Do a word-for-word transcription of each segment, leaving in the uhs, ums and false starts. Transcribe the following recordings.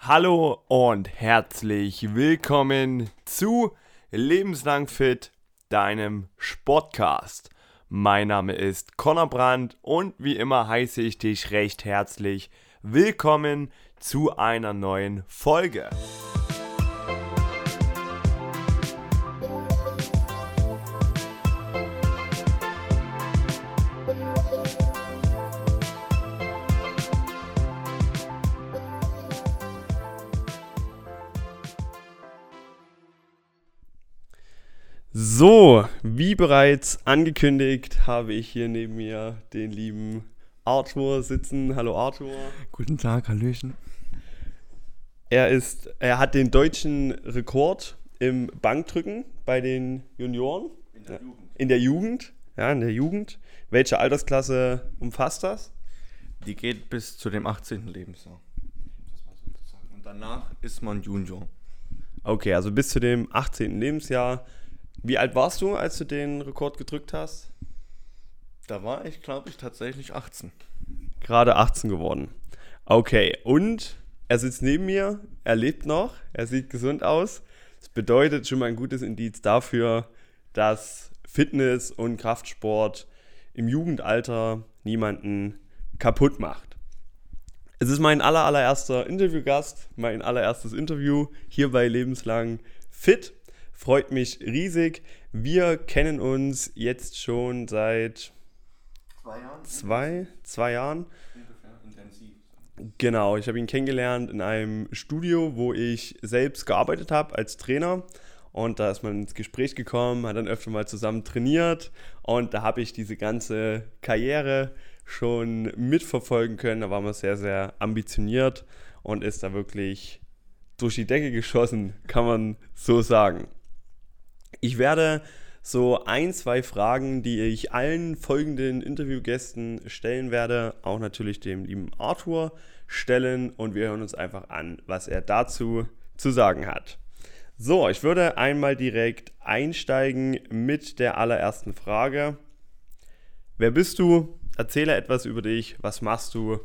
Hallo und herzlich willkommen zu Lebenslang Fit, deinem Sportcast. Mein Name ist Conor Brandt und wie immer heiße ich dich recht herzlich willkommen zu einer neuen Folge. So, wie bereits angekündigt, habe ich hier neben mir den lieben Arthur sitzen. Hallo Arthur. Guten Tag, Hallöchen. Er ist, er hat den deutschen Rekord im Bankdrücken bei den Junioren. In der Jugend. In der Jugend. Ja, in der Jugend. Welche Altersklasse umfasst das? Die geht bis zu dem achtzehnten Lebensjahr. Und danach ist man Junior. Okay, also bis zu dem achtzehnten Lebensjahr. Wie alt warst du, als du den Rekord gedrückt hast? Da war ich, glaube ich, tatsächlich achtzehn. Gerade achtzehn geworden. Okay, und er sitzt neben mir, er lebt noch, er sieht gesund aus. Das bedeutet schon mal ein gutes Indiz dafür, dass Fitness und Kraftsport im Jugendalter niemanden kaputt macht. Es ist mein aller, allererster Interviewgast, mein allererstes Interview hier bei Lebenslang Fit. Freut mich riesig. Wir kennen uns jetzt schon seit Zwei Jahren? zwei, zwei Jahren. Ungefähr intensiv. Genau, ich habe ihn kennengelernt in einem Studio, wo ich selbst gearbeitet habe als Trainer. Und da ist man ins Gespräch gekommen, hat dann öfter mal zusammen trainiert. Und da habe ich diese ganze Karriere schon mitverfolgen können. Da war man sehr, sehr ambitioniert und ist da wirklich durch die Decke geschossen, kann man so sagen. Ich werde so ein, zwei Fragen, die ich allen folgenden Interviewgästen stellen werde, auch natürlich dem lieben Arthur stellen und wir hören uns einfach an, was er dazu zu sagen hat. So, ich würde einmal direkt einsteigen mit der allerersten Frage. Wer bist du? Erzähle etwas über dich. Was machst du?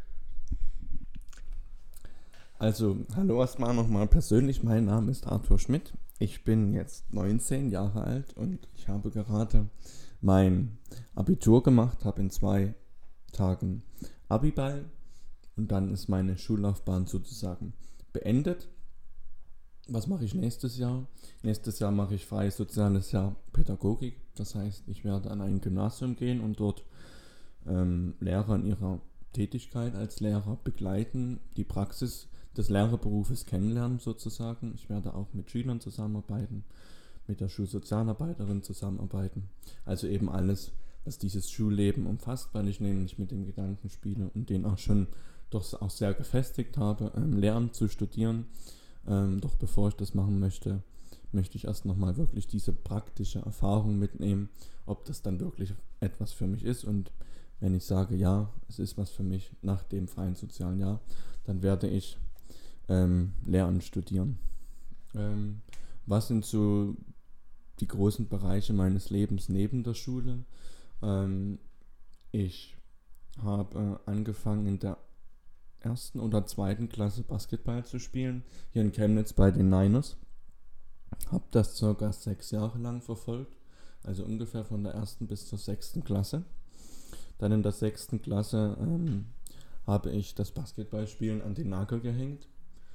Also, hallo erstmal nochmal persönlich. Mein Name ist Arthur Schmidt. Ich bin jetzt neunzehn Jahre alt und ich habe gerade mein Abitur gemacht, habe in zwei Tagen Abiball und dann ist meine Schullaufbahn sozusagen beendet. Was mache ich nächstes Jahr? Nächstes Jahr mache ich freies soziales Jahr Pädagogik. Das heißt, ich werde an ein Gymnasium gehen und dort ähm, Lehrer in ihrer Tätigkeit als Lehrer begleiten, die Praxis des Lehrerberufes kennenlernen sozusagen. Ich werde auch mit Schülern zusammenarbeiten, mit der Schulsozialarbeiterin zusammenarbeiten. Also eben alles, was dieses Schulleben umfasst, weil ich nämlich mit dem Gedanken spiele und den auch schon doch auch sehr gefestigt habe, ähm, Lehramt zu studieren. Ähm, doch bevor ich das machen möchte, möchte ich erst nochmal wirklich diese praktische Erfahrung mitnehmen, ob das dann wirklich etwas für mich ist. Und wenn ich sage, ja, es ist was für mich nach dem freien sozialen Jahr, dann werde ich ähm, Lehramt studieren. Ähm, was sind so die großen Bereiche meines Lebens neben der Schule? Ähm, ich habe äh, angefangen in der ersten oder zweiten Klasse Basketball zu spielen, hier in Chemnitz bei den Niners. Habe das circa sechs Jahre lang verfolgt, also ungefähr von der ersten bis zur sechsten Klasse. Dann in der sechsten Klasse ähm, habe ich das Basketballspielen an den Nagel gehängt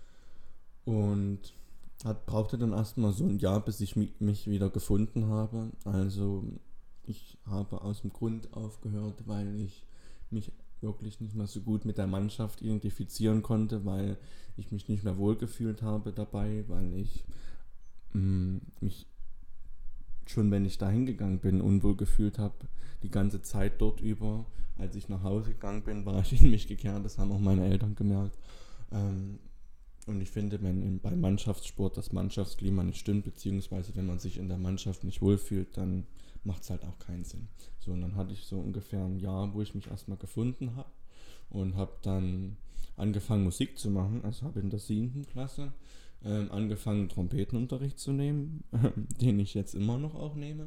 und hat, brauchte dann erstmal so ein Jahr, bis ich mi- mich wieder gefunden habe. Also ich habe aus dem Grund aufgehört, weil ich mich wirklich nicht mehr so gut mit der Mannschaft identifizieren konnte, weil ich mich nicht mehr wohlgefühlt habe dabei, weil ich mh, mich schon, wenn ich da hingegangen bin, unwohl gefühlt habe, die ganze Zeit dort über. Als ich nach Hause gegangen bin, war ich in mich gekehrt, das haben auch meine Eltern gemerkt. Ähm, und ich finde, wenn beim Mannschaftssport das Mannschaftsklima nicht stimmt, beziehungsweise wenn man sich in der Mannschaft nicht wohlfühlt, dann macht es halt auch keinen Sinn. So, und dann hatte ich so ungefähr ein Jahr, wo ich mich erstmal gefunden habe und habe dann angefangen Musik zu machen, also habe in der siebten Klasse ähm, angefangen Trompetenunterricht zu nehmen, den ich jetzt immer noch auch nehme.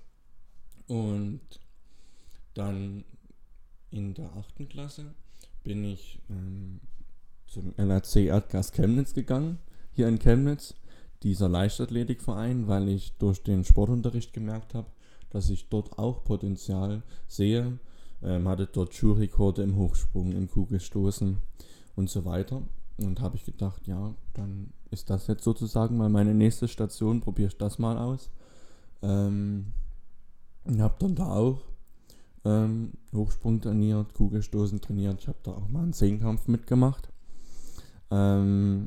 Und dann in der achten Klasse bin ich ähm, zum L R C Erdgas Chemnitz gegangen, hier in Chemnitz, dieser Leichtathletikverein, weil ich durch den Sportunterricht gemerkt habe, dass ich dort auch Potenzial sehe. Ähm, hatte dort Schulrekorde im Hochsprung, im Kugelstoßen und so weiter. Und habe ich gedacht, ja, dann ist das jetzt sozusagen mal meine nächste Station, probiere ich das mal aus. Ähm, und habe dann da auch ähm, Hochsprung trainiert, Kugelstoßen trainiert. Ich habe da auch mal einen Zehnkampf mitgemacht. Ähm,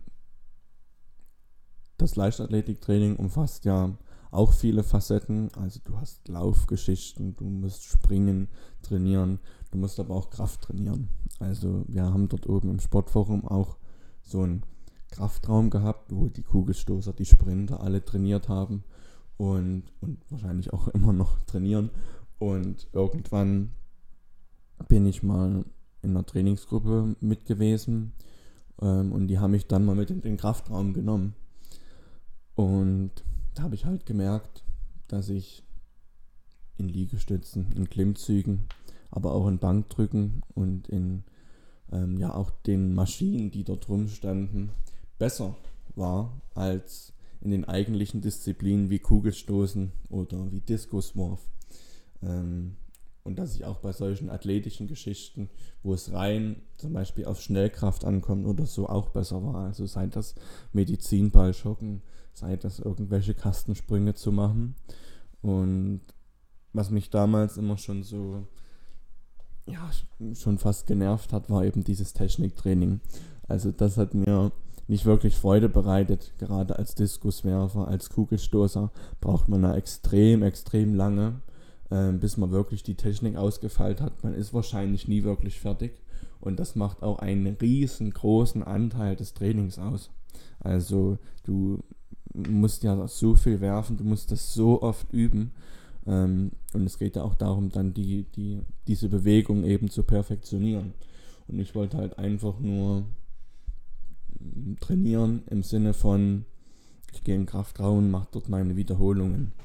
das Leichtathletiktraining umfasst ja auch viele Facetten. Also du hast Laufgeschichten, du musst springen, trainieren, du musst aber auch Kraft trainieren. Also wir haben dort oben im Sportforum auch so einen Kraftraum gehabt, wo die Kugelstoßer, die Sprinter alle trainiert haben und, und wahrscheinlich auch immer noch trainieren. Und irgendwann bin ich mal in einer Trainingsgruppe mit gewesen ähm, und die haben mich dann mal mit in den Kraftraum genommen. Und da habe ich halt gemerkt, dass ich in Liegestützen, in Klimmzügen, aber auch in Bankdrücken und in ähm, ja auch den Maschinen, die dort rumstanden, besser war als in den eigentlichen Disziplinen wie Kugelstoßen oder wie Diskuswurf. Ähm, und dass ich auch bei solchen athletischen Geschichten, wo es rein zum Beispiel auf Schnellkraft ankommt oder so, auch besser war. Also sei das Medizinballschocken, sei das irgendwelche Kastensprünge zu machen. Und was mich damals immer schon so, ja, schon fast genervt hat, war eben dieses Techniktraining. Also das hat mir nicht wirklich Freude bereitet. Gerade als Diskuswerfer, als Kugelstoßer braucht man da extrem, extrem lange, äh, bis man wirklich die Technik ausgefeilt hat. Man ist wahrscheinlich nie wirklich fertig. Und das macht auch einen riesengroßen Anteil des Trainings aus. Also du musst ja so viel werfen, du musst das so oft üben. Ähm, und es geht ja auch darum, dann die, die, diese Bewegung eben zu perfektionieren. Und ich wollte halt einfach nur trainieren im Sinne von, ich gehe in den Kraftraum, mache dort meine Wiederholungen.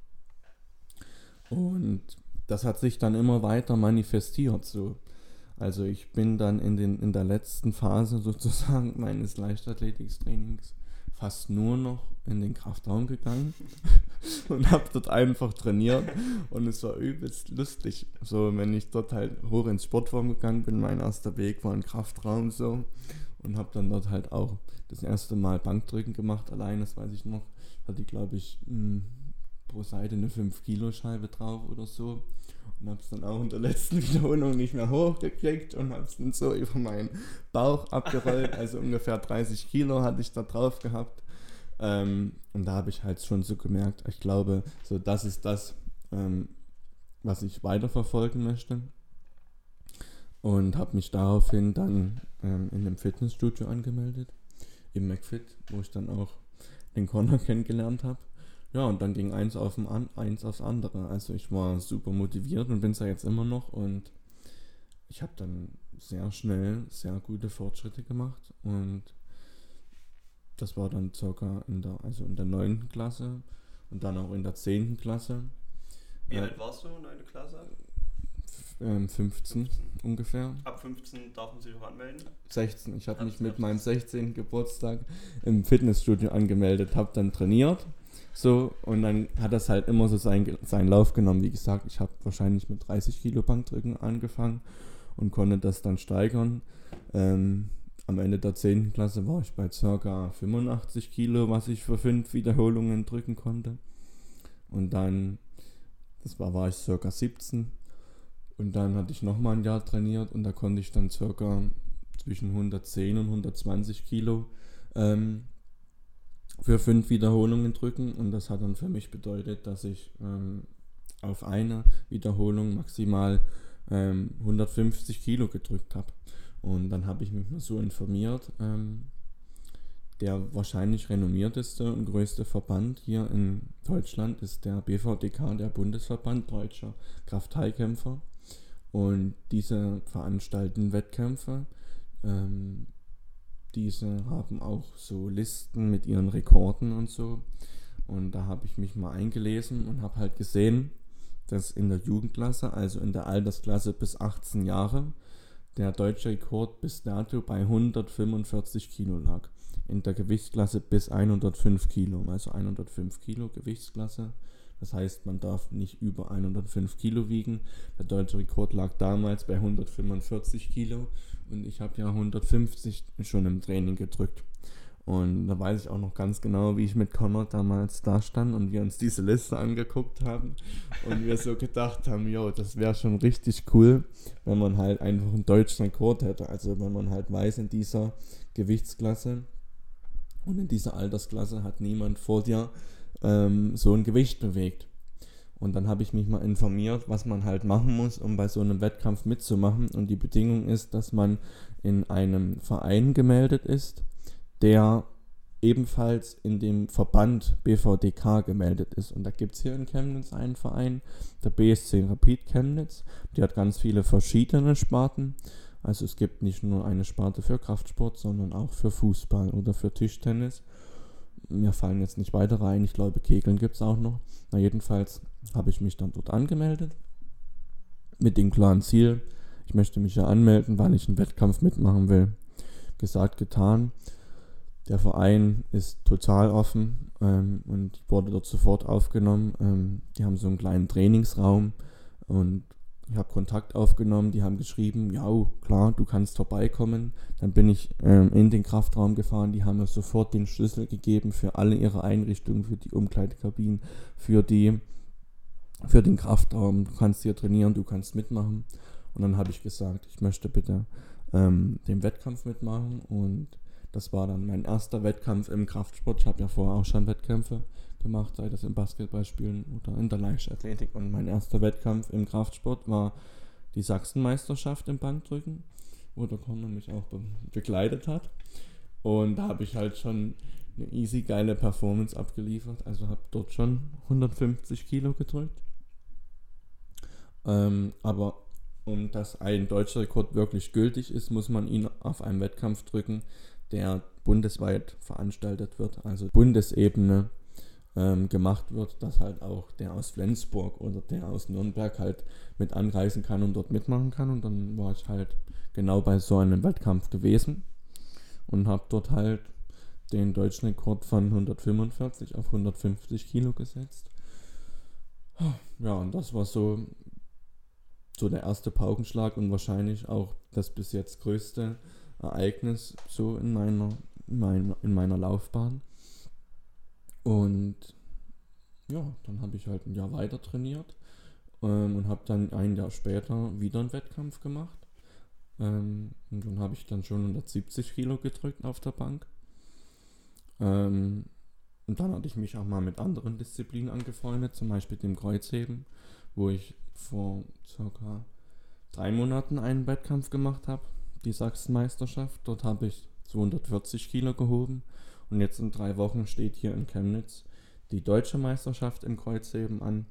Und das hat sich dann immer weiter manifestiert. So. Also ich bin dann in, den, in der letzten Phase sozusagen meines Leichtathletiktrainings fast nur noch in den Kraftraum gegangen und habe dort einfach trainiert und es war übelst lustig. So, wenn ich dort halt hoch ins Sportforum gegangen bin, mein erster Weg war ein Kraftraum so und habe dann dort halt auch das erste Mal Bankdrücken gemacht, allein, das weiß ich noch, hatte ich glaube ich mh, pro Seite eine fünf Kilo Scheibe drauf oder so und habe es dann auch in der letzten Wiederholung nicht mehr hochgekriegt und habe es dann so über meinen Bauch abgerollt, also ungefähr dreißig Kilo hatte ich da drauf gehabt. Ähm, und da habe ich halt schon so gemerkt, ich glaube, so das ist das, ähm, was ich weiterverfolgen möchte. Und habe mich daraufhin dann ähm, in einem Fitnessstudio angemeldet, im McFit, wo ich dann auch den Connor kennengelernt habe. Ja, und dann ging eins, auf an, eins aufs andere. Also ich war super motiviert und bin es ja jetzt immer noch. Und ich habe dann sehr schnell sehr gute Fortschritte gemacht. Und das war dann circa in der, also in der neunten Klasse und dann auch in der zehnten Klasse. Wie alt warst du in neunter Klasse? Ähm, fünfzehn, fünfzehn ungefähr. Ab fünfzehn darf man sich auch anmelden? sechzehn. Ich habe mich mit meinem sechzehnten Geburtstag im Fitnessstudio angemeldet, habe dann trainiert. So, und dann hat das halt immer so seinen, seinen Lauf genommen. Wie gesagt, ich habe wahrscheinlich mit dreißig Kilo Bankdrücken angefangen und konnte das dann steigern. Ähm, am Ende der zehnten Klasse war ich bei ca. fünfundachtzig Kilo, was ich für fünf Wiederholungen drücken konnte. Und dann, das war, war ich ca. siebzehn. Und dann hatte ich nochmal ein Jahr trainiert und da konnte ich dann ca. zwischen hundertzehn und hundertzwanzig Kilo ähm, für fünf Wiederholungen drücken. Und das hat dann für mich bedeutet, dass ich ähm, auf eine Wiederholung maximal ähm, hundertfünfzig Kilo gedrückt habe. Und dann habe ich mich mal so informiert, ähm, der wahrscheinlich renommierteste und größte Verband hier in Deutschland ist der B V D K, der Bundesverband Deutscher Kraft-Teilkämpfer. Und diese veranstalten Wettkämpfe. Ähm, diese haben auch so Listen mit ihren Rekorden und so. Und da habe ich mich mal eingelesen und habe halt gesehen, dass in der Jugendklasse, also in der Altersklasse bis achtzehn Jahre, der deutsche Rekord bis dato bei hundertfünfundvierzig Kilo lag. In der Gewichtsklasse bis hundertfünf Kilo, also hundertfünf Kilo Gewichtsklasse. Das heißt, man darf nicht über hundertfünf Kilo wiegen. Der deutsche Rekord lag damals bei hundertfünfundvierzig Kilo und ich habe ja hundertfünfzig schon im Training gedrückt. Und da weiß ich auch noch ganz genau, wie ich mit Connor damals da stand und wir uns diese Liste angeguckt haben und wir so gedacht haben, jo, das wäre schon richtig cool, wenn man halt einfach einen deutschen Rekord hätte. Also wenn man halt weiß, in dieser Gewichtsklasse und in dieser Altersklasse hat niemand vor dir ähm, so ein Gewicht bewegt. Und dann habe ich mich mal informiert, was man halt machen muss, um bei so einem Wettkampf mitzumachen. Und die Bedingung ist, dass man in einem Verein gemeldet ist, der ebenfalls in dem Verband B V D K gemeldet ist. Und da gibt es hier in Chemnitz einen Verein, der B S C Rapid Chemnitz. Die hat ganz viele verschiedene Sparten. Also es gibt nicht nur eine Sparte für Kraftsport, sondern auch für Fußball oder für Tischtennis. Mir fallen jetzt nicht weitere ein. Ich glaube, Kegeln gibt es auch noch. Na jedenfalls habe ich mich dann dort angemeldet. Mit dem klaren Ziel, ich möchte mich ja anmelden, weil ich einen Wettkampf mitmachen will. Gesagt, getan. Der Verein ist total offen ähm, und ich wurde dort sofort aufgenommen. Ähm, die haben so einen kleinen Trainingsraum und ich habe Kontakt aufgenommen. Die haben geschrieben, ja klar, du kannst vorbeikommen. Dann bin ich ähm, in den Kraftraum gefahren. Die haben mir sofort den Schlüssel gegeben für alle ihre Einrichtungen, für die Umkleidekabinen, für, die, für den Kraftraum. Du kannst hier trainieren, du kannst mitmachen. Und dann habe ich gesagt, ich möchte bitte ähm, den Wettkampf mitmachen und das war dann mein erster Wettkampf im Kraftsport. Ich habe ja vorher auch schon Wettkämpfe gemacht, sei das im Basketballspielen oder in der Leichtathletik. Und mein erster Wettkampf im Kraftsport war die Sachsenmeisterschaft im Bankdrücken, wo der Connor mich auch be- begleitet hat. Und da habe ich halt schon eine easy geile Performance abgeliefert. Also habe dort schon hundertfünfzig Kilo gedrückt. Ähm, aber um dass ein deutscher Rekord wirklich gültig ist, muss man ihn auf einem Wettkampf drücken, der bundesweit veranstaltet wird, also Bundesebene ähm, gemacht wird, dass halt auch der aus Flensburg oder der aus Nürnberg halt mit anreisen kann und dort mitmachen kann. Und dann war ich halt genau bei so einem Wettkampf gewesen und habe dort halt den deutschen Rekord von hundertfünfundvierzig auf hundertfünfzig Kilo gesetzt. Ja, und das war so, so der erste Paukenschlag und wahrscheinlich auch das bis jetzt größte Ereignis so in meiner, mein, in meiner Laufbahn. Und ja, dann habe ich halt ein Jahr weiter trainiert ähm, und habe dann ein Jahr später wieder einen Wettkampf gemacht. Ähm, und dann habe ich dann schon hundertsiebzig Kilo gedrückt auf der Bank. Ähm, und dann hatte ich mich auch mal mit anderen Disziplinen angefreundet, zum Beispiel dem Kreuzheben, wo ich vor circa drei Monaten einen Wettkampf gemacht habe. Die Sachsenmeisterschaft. Dort habe ich zweihundertvierzig Kilo gehoben und jetzt in drei Wochen steht hier in Chemnitz die deutsche Meisterschaft im Kreuzheben an,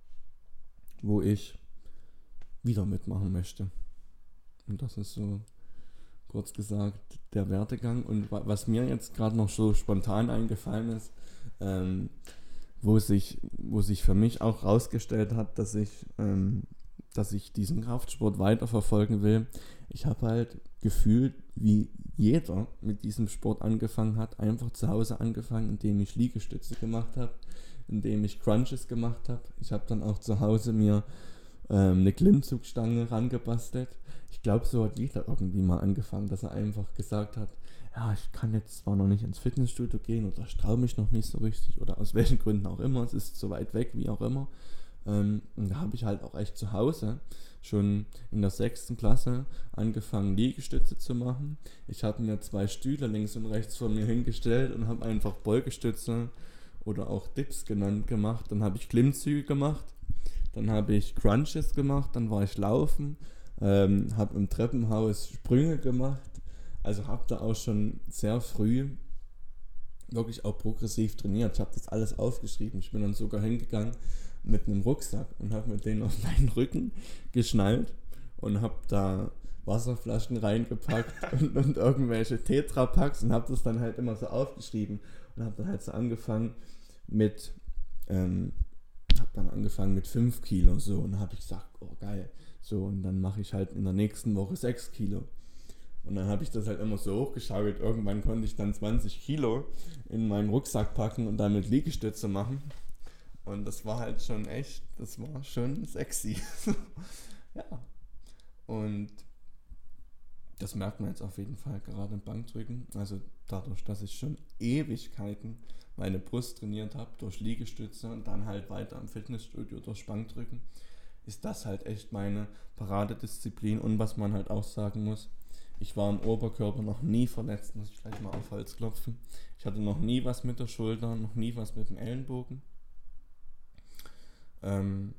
wo ich wieder mitmachen möchte. Und das ist so, kurz gesagt, der Werdegang. Und was mir jetzt gerade noch so spontan eingefallen ist, ähm, wo sich, wo sich für mich auch rausgestellt hat, dass ich ähm, dass ich diesen Kraftsport weiterverfolgen will. Ich habe halt gefühlt, wie jeder mit diesem Sport angefangen hat, einfach zu Hause angefangen, indem ich Liegestütze gemacht habe, indem ich Crunches gemacht habe. Ich habe dann auch zu Hause mir ähm, eine Klimmzugstange rangebastelt. Ich glaube, so hat jeder irgendwie mal angefangen, dass er einfach gesagt hat, ja, ich kann jetzt zwar noch nicht ins Fitnessstudio gehen oder ich traue mich noch nicht so richtig oder aus welchen Gründen auch immer, es ist zu weit weg, wie auch immer. Ähm, und da habe ich halt auch echt zu Hause schon in der sechsten Klasse angefangen, Liegestütze zu machen. Ich habe mir zwei Stühle links und rechts von mir hingestellt und habe einfach Beugestütze oder auch Dips genannt gemacht. Dann habe ich Klimmzüge gemacht, dann habe ich Crunches gemacht, dann war ich laufen, ähm, habe im Treppenhaus Sprünge gemacht. Also habe da auch schon sehr früh wirklich auch progressiv trainiert. Ich habe das alles aufgeschrieben. Ich bin dann sogar hingegangen mit einem Rucksack und habe mir den auf meinen Rücken geschnallt und habe da Wasserflaschen reingepackt und, und irgendwelche Tetrapacks und habe das dann halt immer so aufgeschrieben und habe dann halt so angefangen mit ähm, habe dann angefangen mit fünf Kilo so und habe ich gesagt, oh geil, So, und dann mache ich halt in der nächsten Woche sechs Kilo. Und dann habe ich das halt immer so hochgeschaukelt. Irgendwann konnte ich dann zwanzig Kilo in meinen Rucksack packen und damit Liegestütze machen. Und das war halt schon echt, das war schon sexy. Ja. Und das merkt man jetzt auf jeden Fall gerade im Bankdrücken. Also dadurch, dass ich schon Ewigkeiten meine Brust trainiert habe durch Liegestütze und dann halt weiter im Fitnessstudio durch Bankdrücken, ist das halt echt meine Paradedisziplin. Und was man halt auch sagen muss, ich war im Oberkörper noch nie verletzt, muss ich gleich mal auf Holz klopfen. Ich hatte noch nie was mit der Schulter, noch nie was mit dem Ellenbogen. Ähm,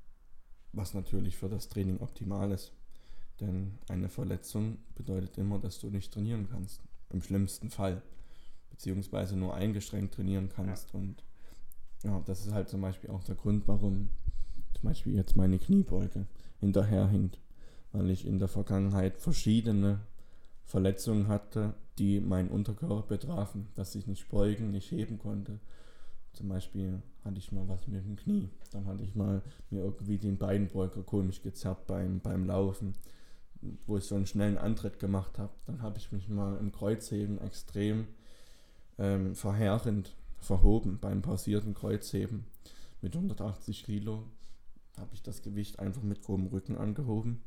was natürlich für das Training optimal ist. Denn eine Verletzung bedeutet immer, dass du nicht trainieren kannst. Im schlimmsten Fall. Beziehungsweise nur eingeschränkt trainieren kannst. Ja. Und ja, das ist halt zum Beispiel auch der Grund, warum zum Beispiel jetzt meine Kniebeuge hinterherhinkt. Weil ich in der Vergangenheit verschiedene Verletzungen hatte, die meinen Unterkörper betrafen. Dass ich nicht beugen, nicht heben konnte. Zum Beispiel hatte ich mal was mit dem Knie. Dann hatte ich mal mir irgendwie den Beinbeuger komisch gezerrt beim, beim Laufen, wo ich so einen schnellen Antritt gemacht habe. Dann habe ich mich mal im Kreuzheben extrem ähm, verheerend verhoben beim pausierten Kreuzheben. Mit hundertachtzig Kilo habe ich das Gewicht einfach mit grobem Rücken angehoben.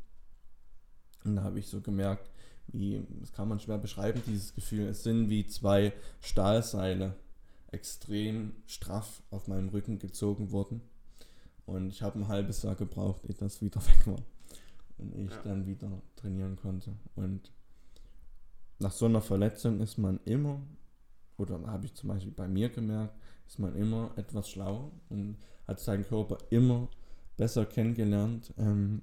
Und da habe ich so gemerkt, wie, das kann man schwer beschreiben, dieses Gefühl, es sind wie zwei Stahlseile extrem straff auf meinem Rücken gezogen worden. Und ich habe ein halbes Jahr gebraucht, ehe das wieder weg war. Und ich ja. dann wieder trainieren konnte. Und nach so einer Verletzung ist man immer, oder habe ich zum Beispiel bei mir gemerkt, ist man immer etwas schlauer und hat seinen Körper immer besser kennengelernt, ähm,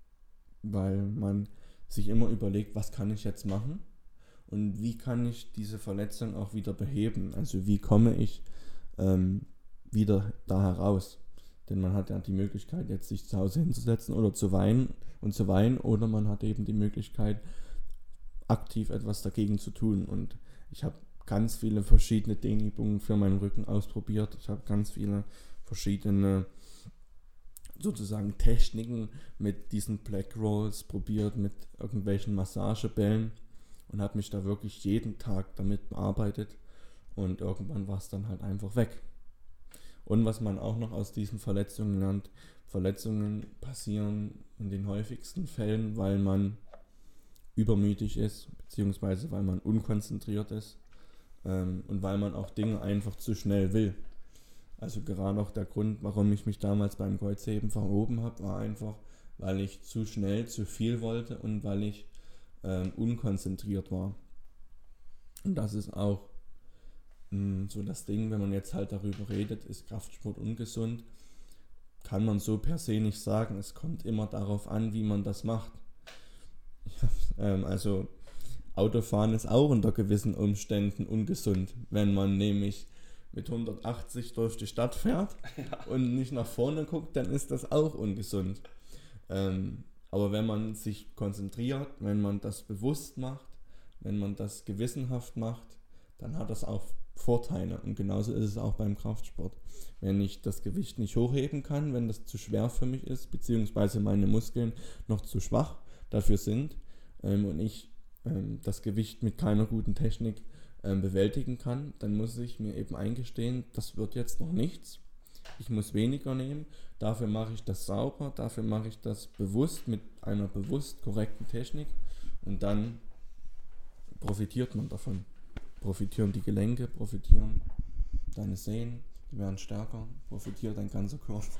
weil man sich immer überlegt, was kann ich jetzt machen? Und wie kann ich diese Verletzung auch wieder beheben? Also wie komme ich ähm, wieder da heraus? Denn man hat ja die Möglichkeit, jetzt sich zu Hause hinzusetzen oder zu weinen und zu weinen. Oder man hat eben die Möglichkeit, aktiv etwas dagegen zu tun. Und ich habe ganz viele verschiedene Dehnübungen für meinen Rücken ausprobiert. Ich habe ganz viele verschiedene sozusagen Techniken mit diesen Black Rolls probiert, mit irgendwelchen Massagebällen. Und habe mich da wirklich jeden Tag damit bearbeitet und irgendwann war es dann halt einfach weg. Und was man auch noch aus diesen Verletzungen lernt, Verletzungen passieren in den häufigsten Fällen, weil man übermütig ist, beziehungsweise weil man unkonzentriert ist ähm, und weil man auch Dinge einfach zu schnell will. Also gerade auch der Grund, warum ich mich damals beim Kreuzheben verhoben habe, war einfach, weil ich zu schnell, zu viel wollte und weil ich Ähm, unkonzentriert war. Und das ist auch mh, so das Ding, wenn man jetzt halt darüber redet, ist Kraftsport ungesund, kann man so per se nicht sagen. Es kommt immer darauf an, wie man das macht. Ja, ähm, also Autofahren ist auch unter gewissen Umständen ungesund, wenn man nämlich mit hundertachtzig durch die Stadt fährt ja. und nicht nach vorne guckt, dann ist das auch ungesund. Ähm, Aber wenn man sich konzentriert, wenn man das bewusst macht, wenn man das gewissenhaft macht, dann hat das auch Vorteile. Und genauso ist es auch beim Kraftsport. Wenn ich das Gewicht nicht hochheben kann, wenn das zu schwer für mich ist, beziehungsweise meine Muskeln noch zu schwach dafür sind ähm, und ich ähm, das Gewicht mit keiner guten Technik ähm, bewältigen kann, dann muss ich mir eben eingestehen, das wird jetzt noch nichts. Ich muss weniger nehmen, dafür mache ich das sauber, dafür mache ich das bewusst mit einer bewusst korrekten Technik und dann profitiert man davon. Profitieren die Gelenke, profitieren deine Sehnen, die werden stärker, profitiert dein ganzer Körper.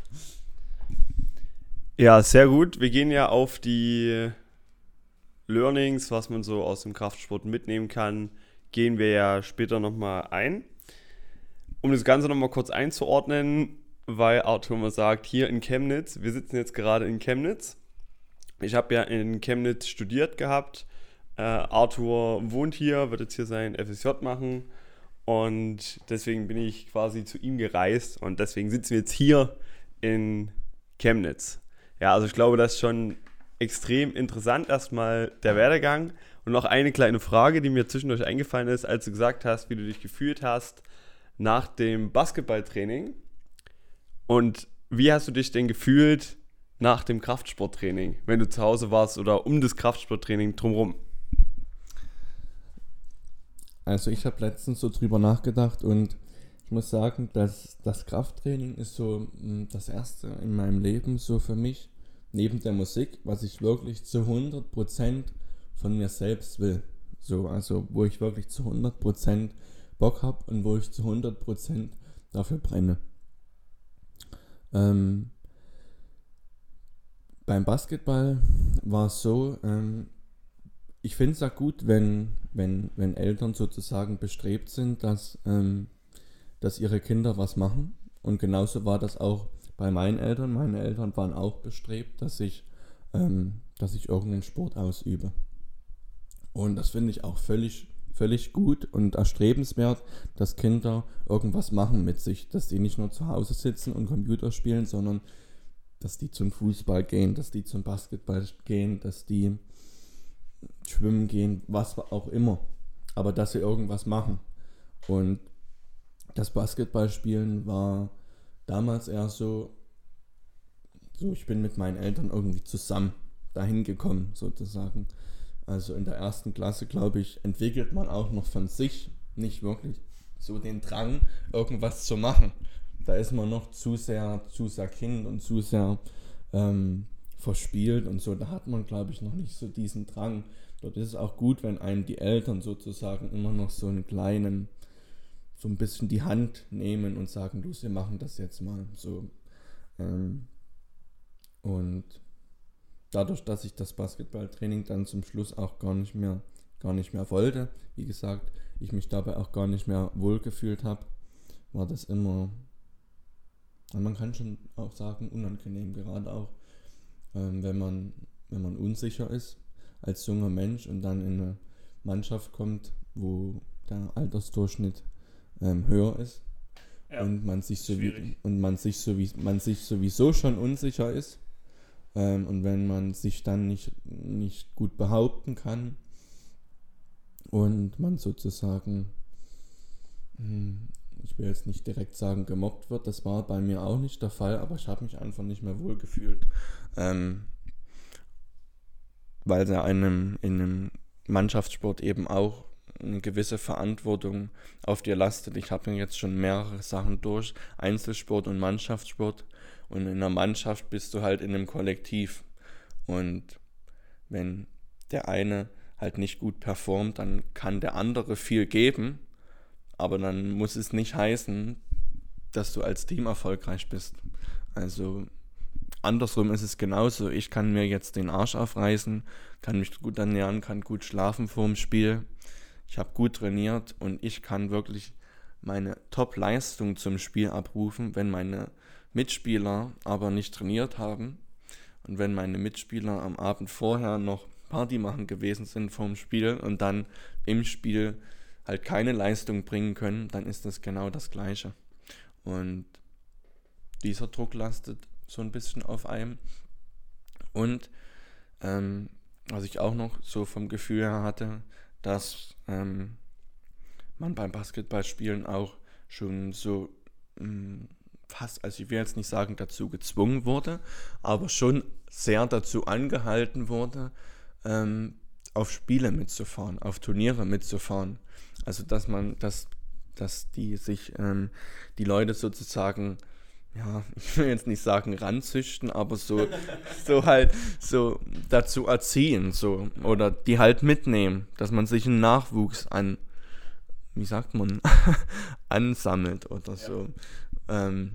Ja, sehr gut. Wir gehen ja auf die Learnings, was man so aus dem Kraftsport mitnehmen kann, gehen wir ja später nochmal ein. Um das Ganze nochmal kurz einzuordnen, weil Arthur mal sagt, hier in Chemnitz, wir sitzen jetzt gerade in Chemnitz. Ich habe ja in Chemnitz studiert gehabt. Äh, Arthur wohnt hier, wird jetzt hier sein F S J machen und deswegen bin ich quasi zu ihm gereist und deswegen sitzen wir jetzt hier in Chemnitz. Ja, also ich glaube, das ist schon extrem interessant erstmal der Werdegang und noch eine kleine Frage, die mir zwischendurch eingefallen ist, als du gesagt hast, wie du dich gefühlt hast nach dem Basketballtraining. Und wie hast du dich denn gefühlt nach dem Kraftsporttraining, wenn du zu Hause warst oder um das Kraftsporttraining drumherum? Also ich habe letztens so drüber nachgedacht und ich muss sagen, dass das Krafttraining ist so mh, das erste in meinem Leben so für mich, neben der Musik, was ich wirklich zu hundert Prozent von mir selbst will. So, also wo ich wirklich zu hundert Prozent Bock habe und wo ich zu hundert Prozent dafür brenne. Ähm, beim Basketball war es so, ähm, ich finde es auch gut, wenn, wenn, wenn Eltern sozusagen bestrebt sind, dass, ähm, dass ihre Kinder was machen. Und genauso war das auch bei meinen Eltern. Meine Eltern waren auch bestrebt, dass ich, ähm, dass ich irgendeinen Sport ausübe. Und das finde ich auch völlig, völlig gut und erstrebenswert, dass Kinder irgendwas machen mit sich. Dass die nicht nur zu Hause sitzen und Computer spielen, sondern dass die zum Fußball gehen, dass die zum Basketball gehen, dass die schwimmen gehen, was auch immer. Aber dass sie irgendwas machen. Und das Basketballspielen war damals eher so, so ich bin mit meinen Eltern irgendwie zusammen dahin gekommen, sozusagen. Also in der ersten Klasse, glaube ich, entwickelt man auch noch von sich nicht wirklich so den Drang, irgendwas zu machen. Da ist man noch zu sehr, zu sehr Kind und zu sehr ähm, verspielt und so. Da hat man, glaube ich, noch nicht so diesen Drang. Dort ist es auch gut, wenn einem die Eltern sozusagen immer noch so einen kleinen, so ein bisschen die Hand nehmen und sagen, du, wir machen das jetzt mal so. Ähm, und dadurch, dass ich das Basketballtraining dann zum Schluss auch gar nicht mehr, gar nicht mehr wollte, wie gesagt, ich mich dabei auch gar nicht mehr wohlgefühlt habe, war das immer, man kann schon auch sagen, unangenehm, gerade auch, ähm, wenn man, wenn man unsicher ist als junger Mensch und dann in eine Mannschaft kommt, wo der Altersdurchschnitt ähm, höher ist, ja, und man sich so wie, und man sich so wie man sich sowieso schon unsicher ist, ähm, und wenn man sich dann nicht, nicht gut behaupten kann und man sozusagen, ich will jetzt nicht direkt sagen gemobbt wird, das war bei mir auch nicht der Fall, aber ich habe mich einfach nicht mehr wohl gefühlt, ähm, weil da in einem, in einem Mannschaftssport eben auch eine gewisse Verantwortung auf dir lastet. Ich habe jetzt schon mehrere Sachen durch, Einzelsport und Mannschaftssport, und in einer Mannschaft bist du halt in einem Kollektiv, und wenn der eine halt nicht gut performt, dann kann der andere viel geben, aber dann muss es nicht heißen, dass du als Team erfolgreich bist. Also andersrum ist es genauso. Ich kann mir jetzt den Arsch aufreißen, kann mich gut ernähren, kann gut schlafen vor dem Spiel. Ich habe gut trainiert und ich kann wirklich meine Top-Leistung zum Spiel abrufen, wenn meine Mitspieler aber nicht trainiert haben und wenn meine Mitspieler am Abend vorher noch Party machen gewesen sind vorm Spiel und dann im Spiel halt keine Leistung bringen können, dann ist das genau das Gleiche. Und dieser Druck lastet so ein bisschen auf einem. Und ähm, was ich auch noch so vom Gefühl her hatte, dass ähm, man beim Basketballspielen auch schon so mh, fast, also ich will jetzt nicht sagen dazu gezwungen wurde, aber schon sehr dazu angehalten wurde, ähm, auf Spiele mitzufahren, auf Turniere mitzufahren. Also dass man, dass, dass die sich, ähm, die Leute sozusagen, ja, ich will jetzt nicht sagen ranzüchten, aber so, so halt so dazu erziehen, so, oder die halt mitnehmen, dass man sich einen Nachwuchs an, wie sagt man, ansammelt oder so. Ja. Ähm,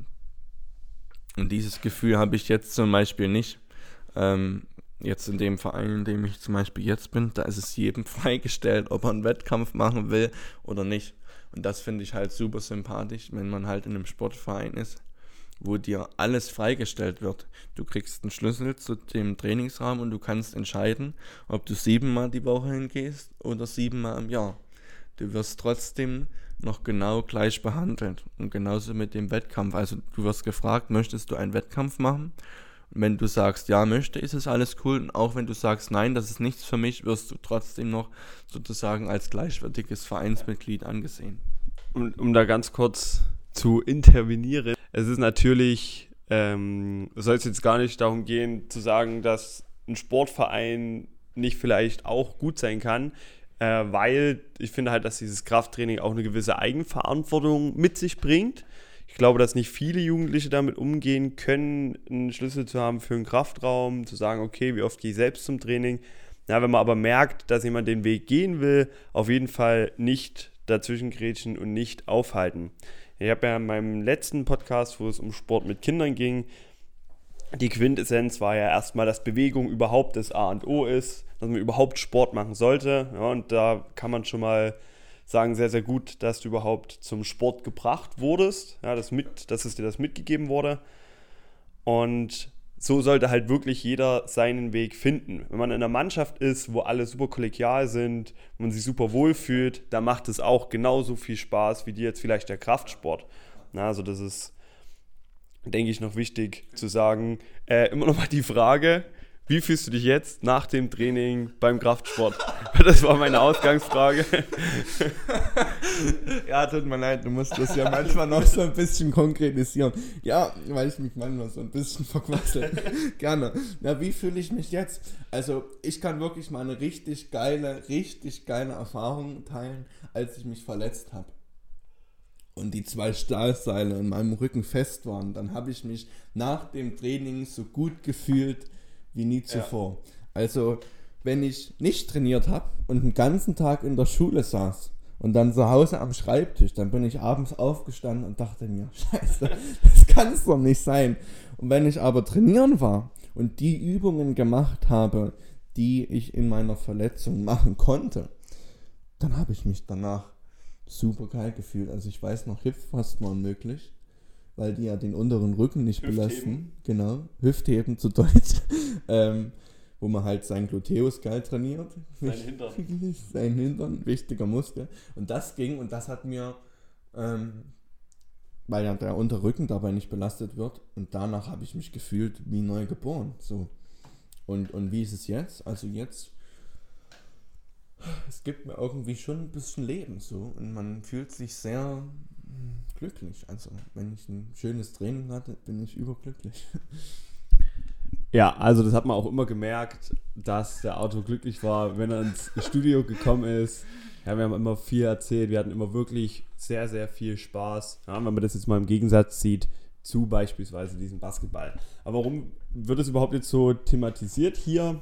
und dieses Gefühl habe ich jetzt zum Beispiel nicht. Ähm, jetzt in dem Verein, in dem ich zum Beispiel jetzt bin, da ist es jedem freigestellt, ob er einen Wettkampf machen will oder nicht. Und das finde ich halt super sympathisch, wenn man halt in einem Sportverein ist, wo dir alles freigestellt wird. Du kriegst einen Schlüssel zu dem Trainingsraum und du kannst entscheiden, ob du siebenmal die Woche hingehst oder siebenmal im Jahr. Du wirst trotzdem noch genau gleich behandelt. Und genauso mit dem Wettkampf. Also du wirst gefragt, möchtest du einen Wettkampf machen? Und wenn du sagst, ja, möchte, ist es alles cool. Und auch wenn du sagst, nein, das ist nichts für mich, wirst du trotzdem noch sozusagen als gleichwertiges Vereinsmitglied angesehen. Und um da ganz kurz zu intervenieren, es ist natürlich ähm, soll es jetzt gar nicht darum gehen, zu sagen, dass ein Sportverein nicht vielleicht auch gut sein kann, äh, weil ich finde halt, dass dieses Krafttraining auch eine gewisse Eigenverantwortung mit sich bringt. Ich glaube, dass nicht viele Jugendliche damit umgehen können, einen Schlüssel zu haben für einen Kraftraum, zu sagen, okay, wie oft gehe ich selbst zum Training. Ja, wenn man aber merkt, dass jemand den Weg gehen will, auf jeden Fall nicht dazwischengrätschen und nicht aufhalten. Ich habe ja in meinem letzten Podcast, wo es um Sport mit Kindern ging, die Quintessenz war ja erstmal, dass Bewegung überhaupt das A und O ist, dass man überhaupt Sport machen sollte. Ja, und da kann man schon mal sagen, sehr, sehr gut, dass du überhaupt zum Sport gebracht wurdest, ja, dass, mit, dass es dir das mitgegeben wurde. Und so sollte halt wirklich jeder seinen Weg finden. Wenn man in einer Mannschaft ist, wo alle super kollegial sind, wo man sich super wohl fühlt, da macht es auch genauso viel Spaß wie dir jetzt vielleicht der Kraftsport. Na, also das ist, denke ich, noch wichtig zu sagen. Äh, immer noch mal die Frage, wie fühlst du dich jetzt nach dem Training beim Kraftsport? Das war meine Ausgangsfrage. Ja, tut mir leid, du musst das ja manchmal noch so ein bisschen konkretisieren. Ja, weil ich mich manchmal so ein bisschen verquassel. Gerne. Na, wie fühle ich mich jetzt? Also, ich kann wirklich mal eine richtig geile, richtig geile Erfahrung teilen, als ich mich verletzt habe. Und die zwei Stahlseile in meinem Rücken fest waren. Dann habe ich mich nach dem Training so gut gefühlt wie nie zuvor. Ja. Also, wenn ich nicht trainiert habe und den ganzen Tag in der Schule saß und dann zu Hause am Schreibtisch, dann bin ich abends aufgestanden und dachte mir, scheiße, das kann es doch nicht sein. Und wenn ich aber trainieren war und die Übungen gemacht habe, die ich in meiner Verletzung machen konnte, dann habe ich mich danach super geil gefühlt. Also ich weiß noch, Hüftfasten waren möglich, weil die ja den unteren Rücken nicht Hüftheben. belasten. Genau, Hüftheben zu Deutsch. ähm, wo man halt seinen Gluteus geil trainiert. Sein Hintern. Sein Hintern, wichtiger Muskel. Und das ging und das hat mir, ähm, weil ja der Unterrücken dabei nicht belastet wird, und danach habe ich mich gefühlt wie neu geboren. So. Und, und wie ist es jetzt? Also jetzt, es gibt mir irgendwie schon ein bisschen Leben so und man fühlt sich sehr glücklich. Also wenn ich ein schönes Training hatte, bin ich überglücklich. Ja, also das hat man auch immer gemerkt, dass der Arthur glücklich war, wenn er ins Studio gekommen ist. Ja, wir haben immer viel erzählt, wir hatten immer wirklich sehr, sehr viel Spaß. Ja, wenn man das jetzt mal im Gegensatz sieht zu beispielsweise diesem Basketball. Aber warum wird es überhaupt jetzt so thematisiert hier?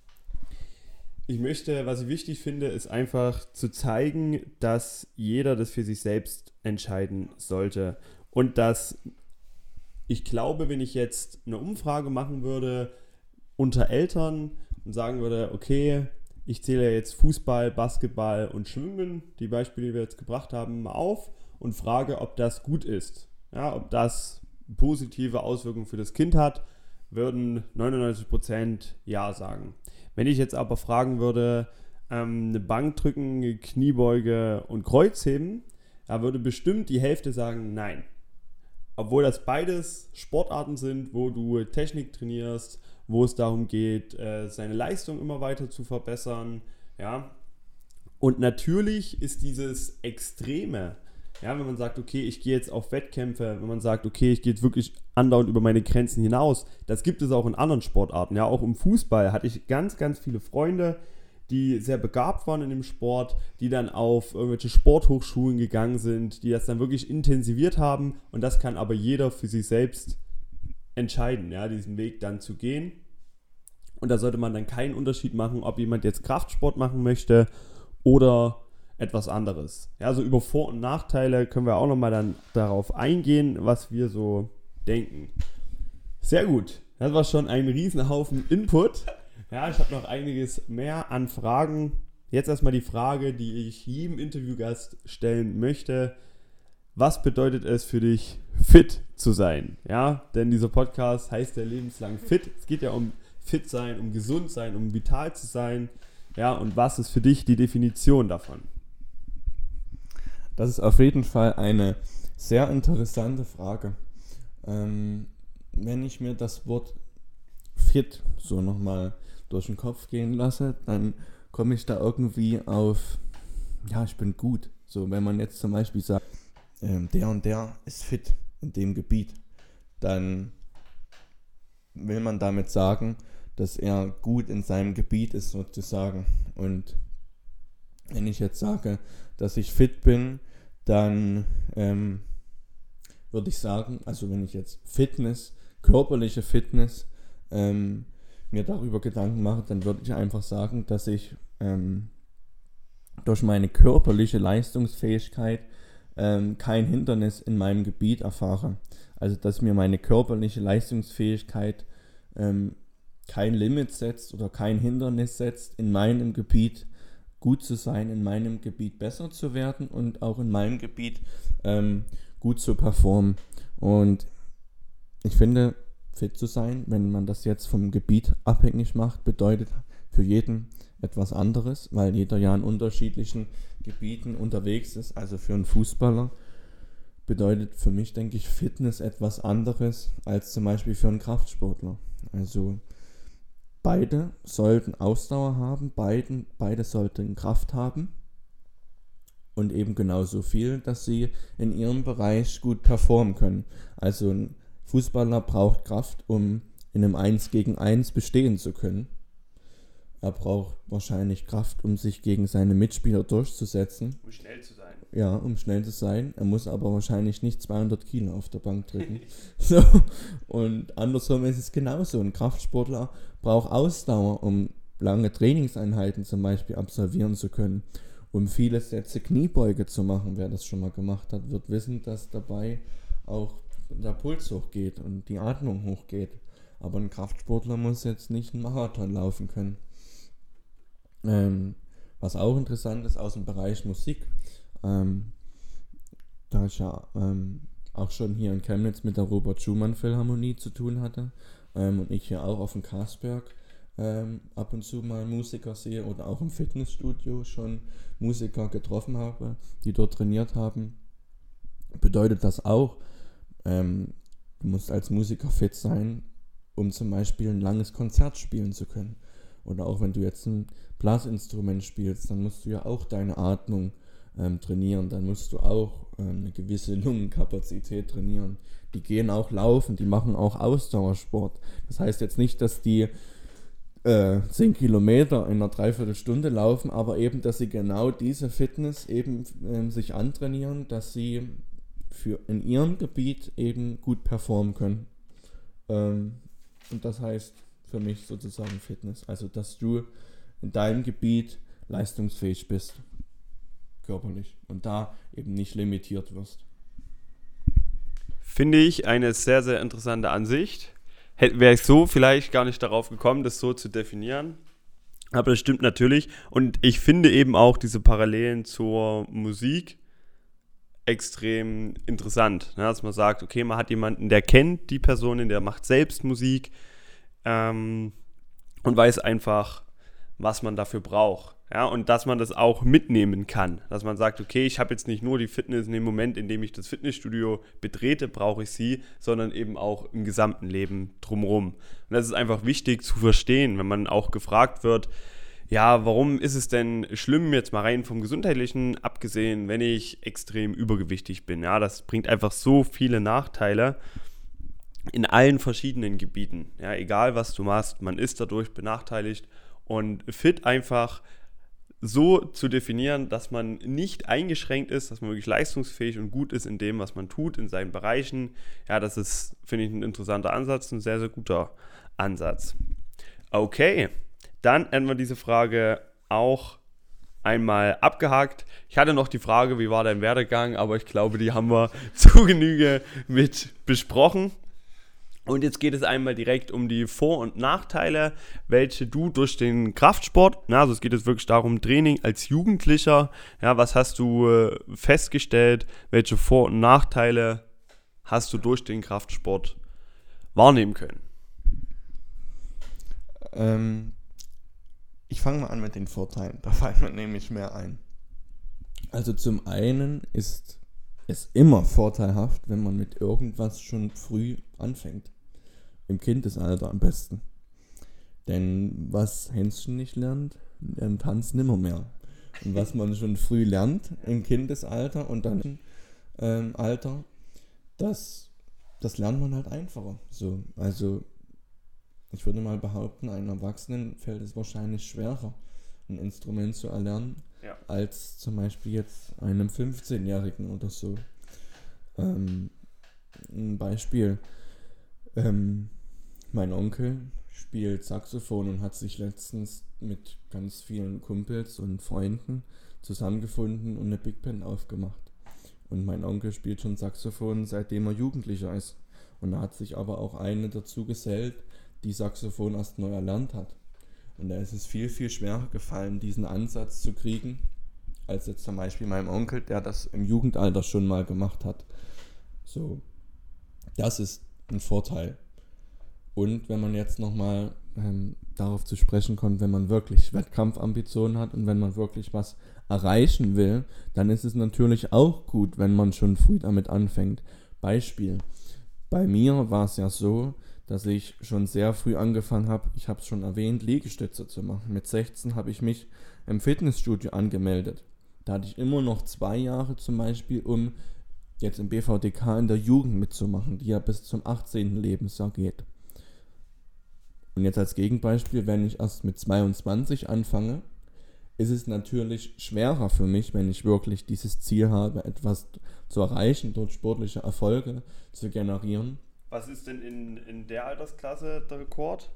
Ich möchte, was ich wichtig finde, ist einfach zu zeigen, dass jeder das für sich selbst entscheiden sollte. Und dass ich glaube, wenn ich jetzt eine Umfrage machen würde unter Eltern und sagen würde, okay, ich zähle jetzt Fußball, Basketball und Schwimmen, die Beispiele, die wir jetzt gebracht haben, mal auf und frage, ob das gut ist. Ja, ob das positive Auswirkungen für das Kind hat, würden neunundneunzig Prozent Ja sagen. Wenn ich jetzt aber fragen würde, ähm, eine Bankdrücken, Kniebeuge und Kreuzheben, da würde bestimmt die Hälfte sagen Nein. Obwohl das beides Sportarten sind, wo du Technik trainierst, wo es darum geht, äh, seine Leistung immer weiter zu verbessern. Ja? Und natürlich ist dieses Extreme, ja, wenn man sagt, okay, ich gehe jetzt auf Wettkämpfe, wenn man sagt, okay, ich gehe jetzt wirklich andauernd über meine Grenzen hinaus, das gibt es auch in anderen Sportarten. Ja, auch im Fußball hatte ich ganz, ganz viele Freunde, die sehr begabt waren in dem Sport, die dann auf irgendwelche Sporthochschulen gegangen sind, die das dann wirklich intensiviert haben, und das kann aber jeder für sich selbst entscheiden, ja, diesen Weg dann zu gehen. Und da sollte man dann keinen Unterschied machen, ob jemand jetzt Kraftsport machen möchte oder etwas anderes. Ja, so über Vor- und Nachteile können wir auch nochmal dann darauf eingehen, was wir so denken. Sehr gut, das war schon ein Riesenhaufen Input. Ja, ich habe noch einiges mehr an Fragen. Jetzt erstmal die Frage, die ich jedem Interviewgast stellen möchte. Was bedeutet es für dich, fit zu sein? Ja, denn dieser Podcast heißt ja lebenslang fit. Es geht ja um fit sein, um gesund sein, um vital zu sein. Ja, und was ist für dich die Definition davon? Das ist auf jeden Fall eine sehr interessante Frage. Ähm, wenn ich mir das Wort fit so nochmal durch den Kopf gehen lasse, dann komme ich da irgendwie auf, ja, ich bin gut. So, wenn man jetzt zum Beispiel sagt, ähm, der und der ist fit in dem Gebiet, dann will man damit sagen, dass er gut in seinem Gebiet ist sozusagen. Und wenn ich jetzt sage, dass ich fit bin, dann ähm, würde ich sagen, also wenn ich jetzt Fitness, körperliche Fitness ähm, mir darüber Gedanken mache, dann würde ich einfach sagen, dass ich ähm, durch meine körperliche Leistungsfähigkeit ähm, kein Hindernis in meinem Gebiet erfahre. Also dass mir meine körperliche Leistungsfähigkeit ähm, kein Limit setzt oder kein Hindernis setzt, in meinem Gebiet gut zu sein, in meinem Gebiet besser zu werden und auch in meinem Gebiet ähm, gut zu performen. Und ich finde, fit zu sein, wenn man das jetzt vom Gebiet abhängig macht, bedeutet für jeden etwas anderes, weil jeder ja in unterschiedlichen Gebieten unterwegs ist. Also für einen Fußballer bedeutet für mich, denke ich, Fitness etwas anderes als zum Beispiel für einen Kraftsportler. Also beide sollten Ausdauer haben, beiden, beide sollten Kraft haben und eben genauso viel, dass sie in ihrem Bereich gut performen können. Also ein Fußballer braucht Kraft, um in einem eins gegen eins bestehen zu können. Er braucht wahrscheinlich Kraft, um sich gegen seine Mitspieler durchzusetzen. Um schnell zu sein. Ja, um schnell zu sein. Er muss aber wahrscheinlich nicht zweihundert Kilo auf der Bank drücken. So. Und andersrum ist es genauso. Ein Kraftsportler braucht Ausdauer, um lange Trainingseinheiten zum Beispiel absolvieren zu können. Um viele Sätze Kniebeuge zu machen. Wer das schon mal gemacht hat, wird wissen, dass dabei auch der Puls hochgeht und die Atmung hochgeht. Aber ein Kraftsportler muss jetzt nicht einen Marathon laufen können. Ähm, was auch interessant ist aus dem Bereich Musik, ähm, da ich ja ähm, auch schon hier in Chemnitz mit der Robert Schumann Philharmonie zu tun hatte ähm, und ich hier auch auf dem Kasberg ähm, ab und zu mal Musiker sehe oder auch im Fitnessstudio schon Musiker getroffen habe, die dort trainiert haben, bedeutet das auch, ähm, du musst als Musiker fit sein, um zum Beispiel ein langes Konzert spielen zu können. Oder auch wenn du jetzt ein Blasinstrument spielst, dann musst du ja auch deine Atmung ähm, trainieren. Dann musst du auch ähm, eine gewisse Lungenkapazität trainieren. Die gehen auch laufen, die machen auch Ausdauersport. Das heißt jetzt nicht, dass die äh, zehn Kilometer in einer Dreiviertelstunde laufen, aber eben, dass sie genau diese Fitness eben ähm, sich antrainieren, dass sie für in ihrem Gebiet eben gut performen können. Ähm, und das heißt für mich sozusagen Fitness. Also, dass du in deinem Gebiet leistungsfähig bist, körperlich, und da eben nicht limitiert wirst. Finde ich eine sehr, sehr interessante Ansicht. Wäre ich so vielleicht gar nicht darauf gekommen, das so zu definieren. Aber das stimmt natürlich. Und ich finde eben auch diese Parallelen zur Musik extrem interessant. Ne? Dass man sagt, okay, man hat jemanden, der kennt die Person, der macht selbst Musik, Ähm, und weiß einfach, was man dafür braucht. Ja, und dass man das auch mitnehmen kann. Dass man sagt, okay, ich habe jetzt nicht nur die Fitness in dem Moment, in dem ich das Fitnessstudio betrete, brauche ich sie, sondern eben auch im gesamten Leben drumherum. Und das ist einfach wichtig zu verstehen, wenn man auch gefragt wird, ja, warum ist es denn schlimm, jetzt mal rein vom Gesundheitlichen abgesehen, wenn ich extrem übergewichtig bin? Ja, das bringt einfach so viele Nachteile. In allen verschiedenen Gebieten, ja, egal was du machst, man ist dadurch benachteiligt, und fit einfach so zu definieren, dass man nicht eingeschränkt ist, dass man wirklich leistungsfähig und gut ist in dem, was man tut, in seinen Bereichen, ja, das ist, finde ich, ein interessanter Ansatz, ein sehr, sehr guter Ansatz. Okay, dann hätten wir diese Frage auch einmal abgehakt. Ich hatte noch die Frage, wie war dein Werdegang, aber ich glaube, die haben wir zu Genüge mit besprochen. Und jetzt geht es einmal direkt um die Vor- und Nachteile, welche du durch den Kraftsport, na, also es geht jetzt wirklich darum, Training als Jugendlicher, ja, was hast du äh, festgestellt, welche Vor- und Nachteile hast du durch den Kraftsport wahrnehmen können? Ähm, ich fange mal an mit den Vorteilen, da fällt mir nämlich mehr ein. Also zum einen ist es immer vorteilhaft, wenn man mit irgendwas schon früh anfängt. Im Kindesalter am besten. Denn was Hänschen nicht lernt, lernt Hans nimmermehr. Und was man schon früh lernt im Kindesalter und dann im ähm, Alter, das, das lernt man halt einfacher. So, also ich würde mal behaupten, einem Erwachsenen fällt es wahrscheinlich schwerer, ein Instrument zu erlernen, Ja. als zum Beispiel jetzt einem fünfzehnjährigen oder so. Ähm, ein Beispiel, ähm, mein Onkel spielt Saxophon und hat sich letztens mit ganz vielen Kumpels und Freunden zusammengefunden und eine Big Band aufgemacht. Und mein Onkel spielt schon Saxophon, seitdem er Jugendlicher ist. Und da hat sich aber auch eine dazu gesellt, die Saxophon erst neu erlernt hat. Und da ist es viel, viel schwerer gefallen, diesen Ansatz zu kriegen, als jetzt zum Beispiel meinem Onkel, der das im Jugendalter schon mal gemacht hat. So, das ist ein Vorteil. Und wenn man jetzt nochmal ähm, darauf zu sprechen kommt, wenn man wirklich Wettkampfambitionen hat und wenn man wirklich was erreichen will, dann ist es natürlich auch gut, wenn man schon früh damit anfängt. Beispiel, bei mir war es ja so, dass ich schon sehr früh angefangen habe, ich habe es schon erwähnt, Liegestütze zu machen. Mit sechzehn habe ich mich im Fitnessstudio angemeldet. Da hatte ich immer noch zwei Jahre zum Beispiel, um jetzt im B V D K in der Jugend mitzumachen, die ja bis zum achtzehnten Lebensjahr geht. Und jetzt als Gegenbeispiel, wenn ich erst mit zweiundzwanzig anfange, ist es natürlich schwerer für mich, wenn ich wirklich dieses Ziel habe, etwas zu erreichen, dort sportliche Erfolge zu generieren. Was ist denn in, in der Altersklasse der Rekord?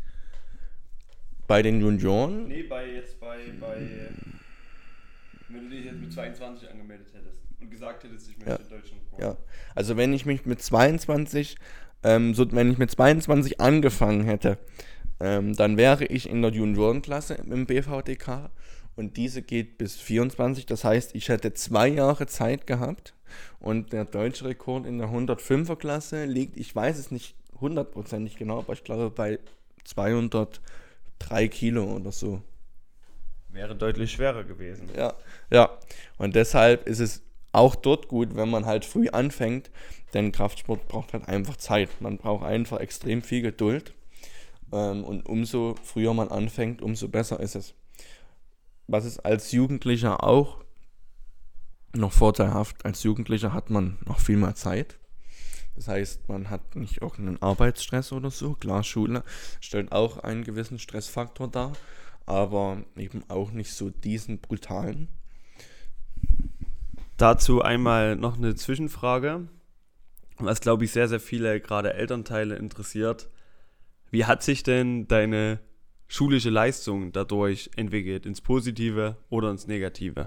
Bei den Junioren? Nee, bei jetzt bei, bei wenn du dich jetzt mit zweiundzwanzig angemeldet hättest und gesagt hättest, ich möchte Ja. den deutschen Rekord. Ja, also wenn ich mich mit zweiundzwanzig, ähm, so, wenn ich mit zweiundzwanzig angefangen hätte, ähm, dann wäre ich in der Juniorenklasse im B V D K und diese geht bis vierundzwanzig, das heißt, ich hätte zwei Jahre Zeit gehabt und der deutsche Rekord in der hundertfünfer Klasse liegt, ich weiß es nicht hundertprozentig genau, aber ich glaube bei zweihundertdrei Kilo oder so. Wäre deutlich schwerer gewesen. Ja, ja. Und deshalb ist es auch dort gut, wenn man halt früh anfängt, denn Kraftsport braucht halt einfach Zeit. Man braucht einfach extrem viel Geduld. Ähm, und umso früher man anfängt, umso besser ist es. Was ist als Jugendlicher auch noch vorteilhaft? Als Jugendlicher hat man noch viel mehr Zeit. Das heißt, man hat nicht auch einen Arbeitsstress oder so. Klar, Schule stellt auch einen gewissen Stressfaktor dar, aber eben auch nicht so diesen brutalen. Dazu einmal noch eine Zwischenfrage, was glaube ich sehr, sehr viele gerade Elternteile interessiert. Wie hat sich denn deine schulische Leistung dadurch entwickelt, ins Positive oder ins Negative?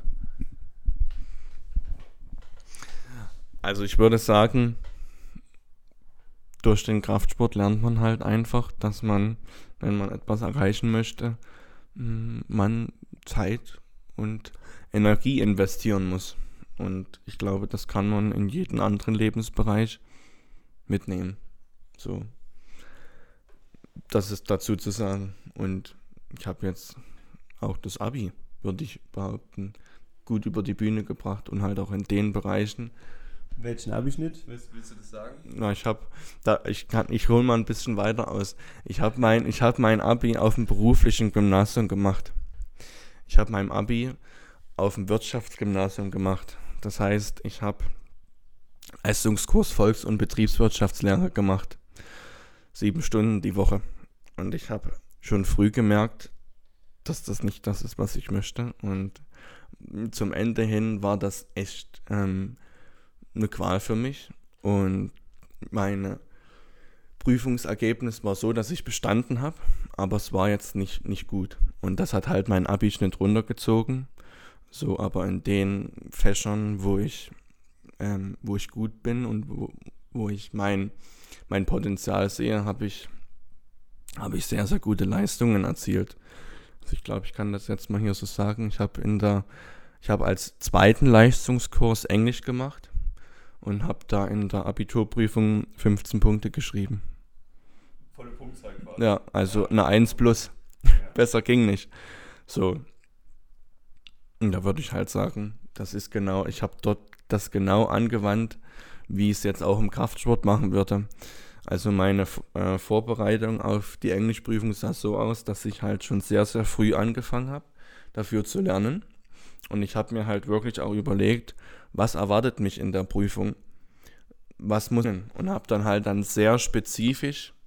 Also ich würde sagen, durch den Kraftsport lernt man halt einfach, dass man, wenn man etwas erreichen möchte, man Zeit und Energie investieren muss. Und ich glaube, das kann man in jeden anderen Lebensbereich mitnehmen. So, das ist dazu zu sagen. Und ich habe jetzt auch das Abi, würde ich behaupten, gut über die Bühne gebracht und halt auch in den Bereichen. Welchen Abischnitt? Willst, willst du das sagen? Na, ich habe da ich kann ich hole mal ein bisschen weiter aus. Ich habe mein ich habe mein Abi auf dem beruflichen Gymnasium gemacht. Ich habe mein Abi auf dem Wirtschaftsgymnasium gemacht. Das heißt, ich habe Leistungskurs Volks- und Betriebswirtschaftslehre gemacht. Sieben Stunden die Woche. Und ich habe schon früh gemerkt, dass das nicht das ist, was ich möchte. Und zum Ende hin war das echt ähm, eine Qual für mich. Und mein Prüfungsergebnis war so, dass ich bestanden habe, aber es war jetzt nicht, nicht gut. Und das hat halt meinen Abischnitt runtergezogen. So, aber in den Fächern, wo ich, ähm, wo ich gut bin und wo, wo ich mein, mein Potenzial sehe, habe ich, habe ich sehr, sehr gute Leistungen erzielt. Also ich glaube, ich kann das jetzt mal hier so sagen. Ich habe in der, ich habe als zweiten Leistungskurs Englisch gemacht und habe da in der Abiturprüfung fünfzehn Punkte geschrieben. Volle Punktzahl quasi. Ja, also eine eins plus. Ja. Besser ging nicht. So. Und da würde ich halt sagen, das ist genau, ich habe dort das genau angewandt, wie ich es jetzt auch im Kraftsport machen würde. Also meine äh, Vorbereitung auf die Englischprüfung sah so aus, dass ich halt schon sehr, sehr früh angefangen habe, dafür zu lernen. Und ich habe mir halt wirklich auch überlegt, was erwartet mich in der Prüfung? Was muss ich? Und habe dann halt dann sehr spezifisch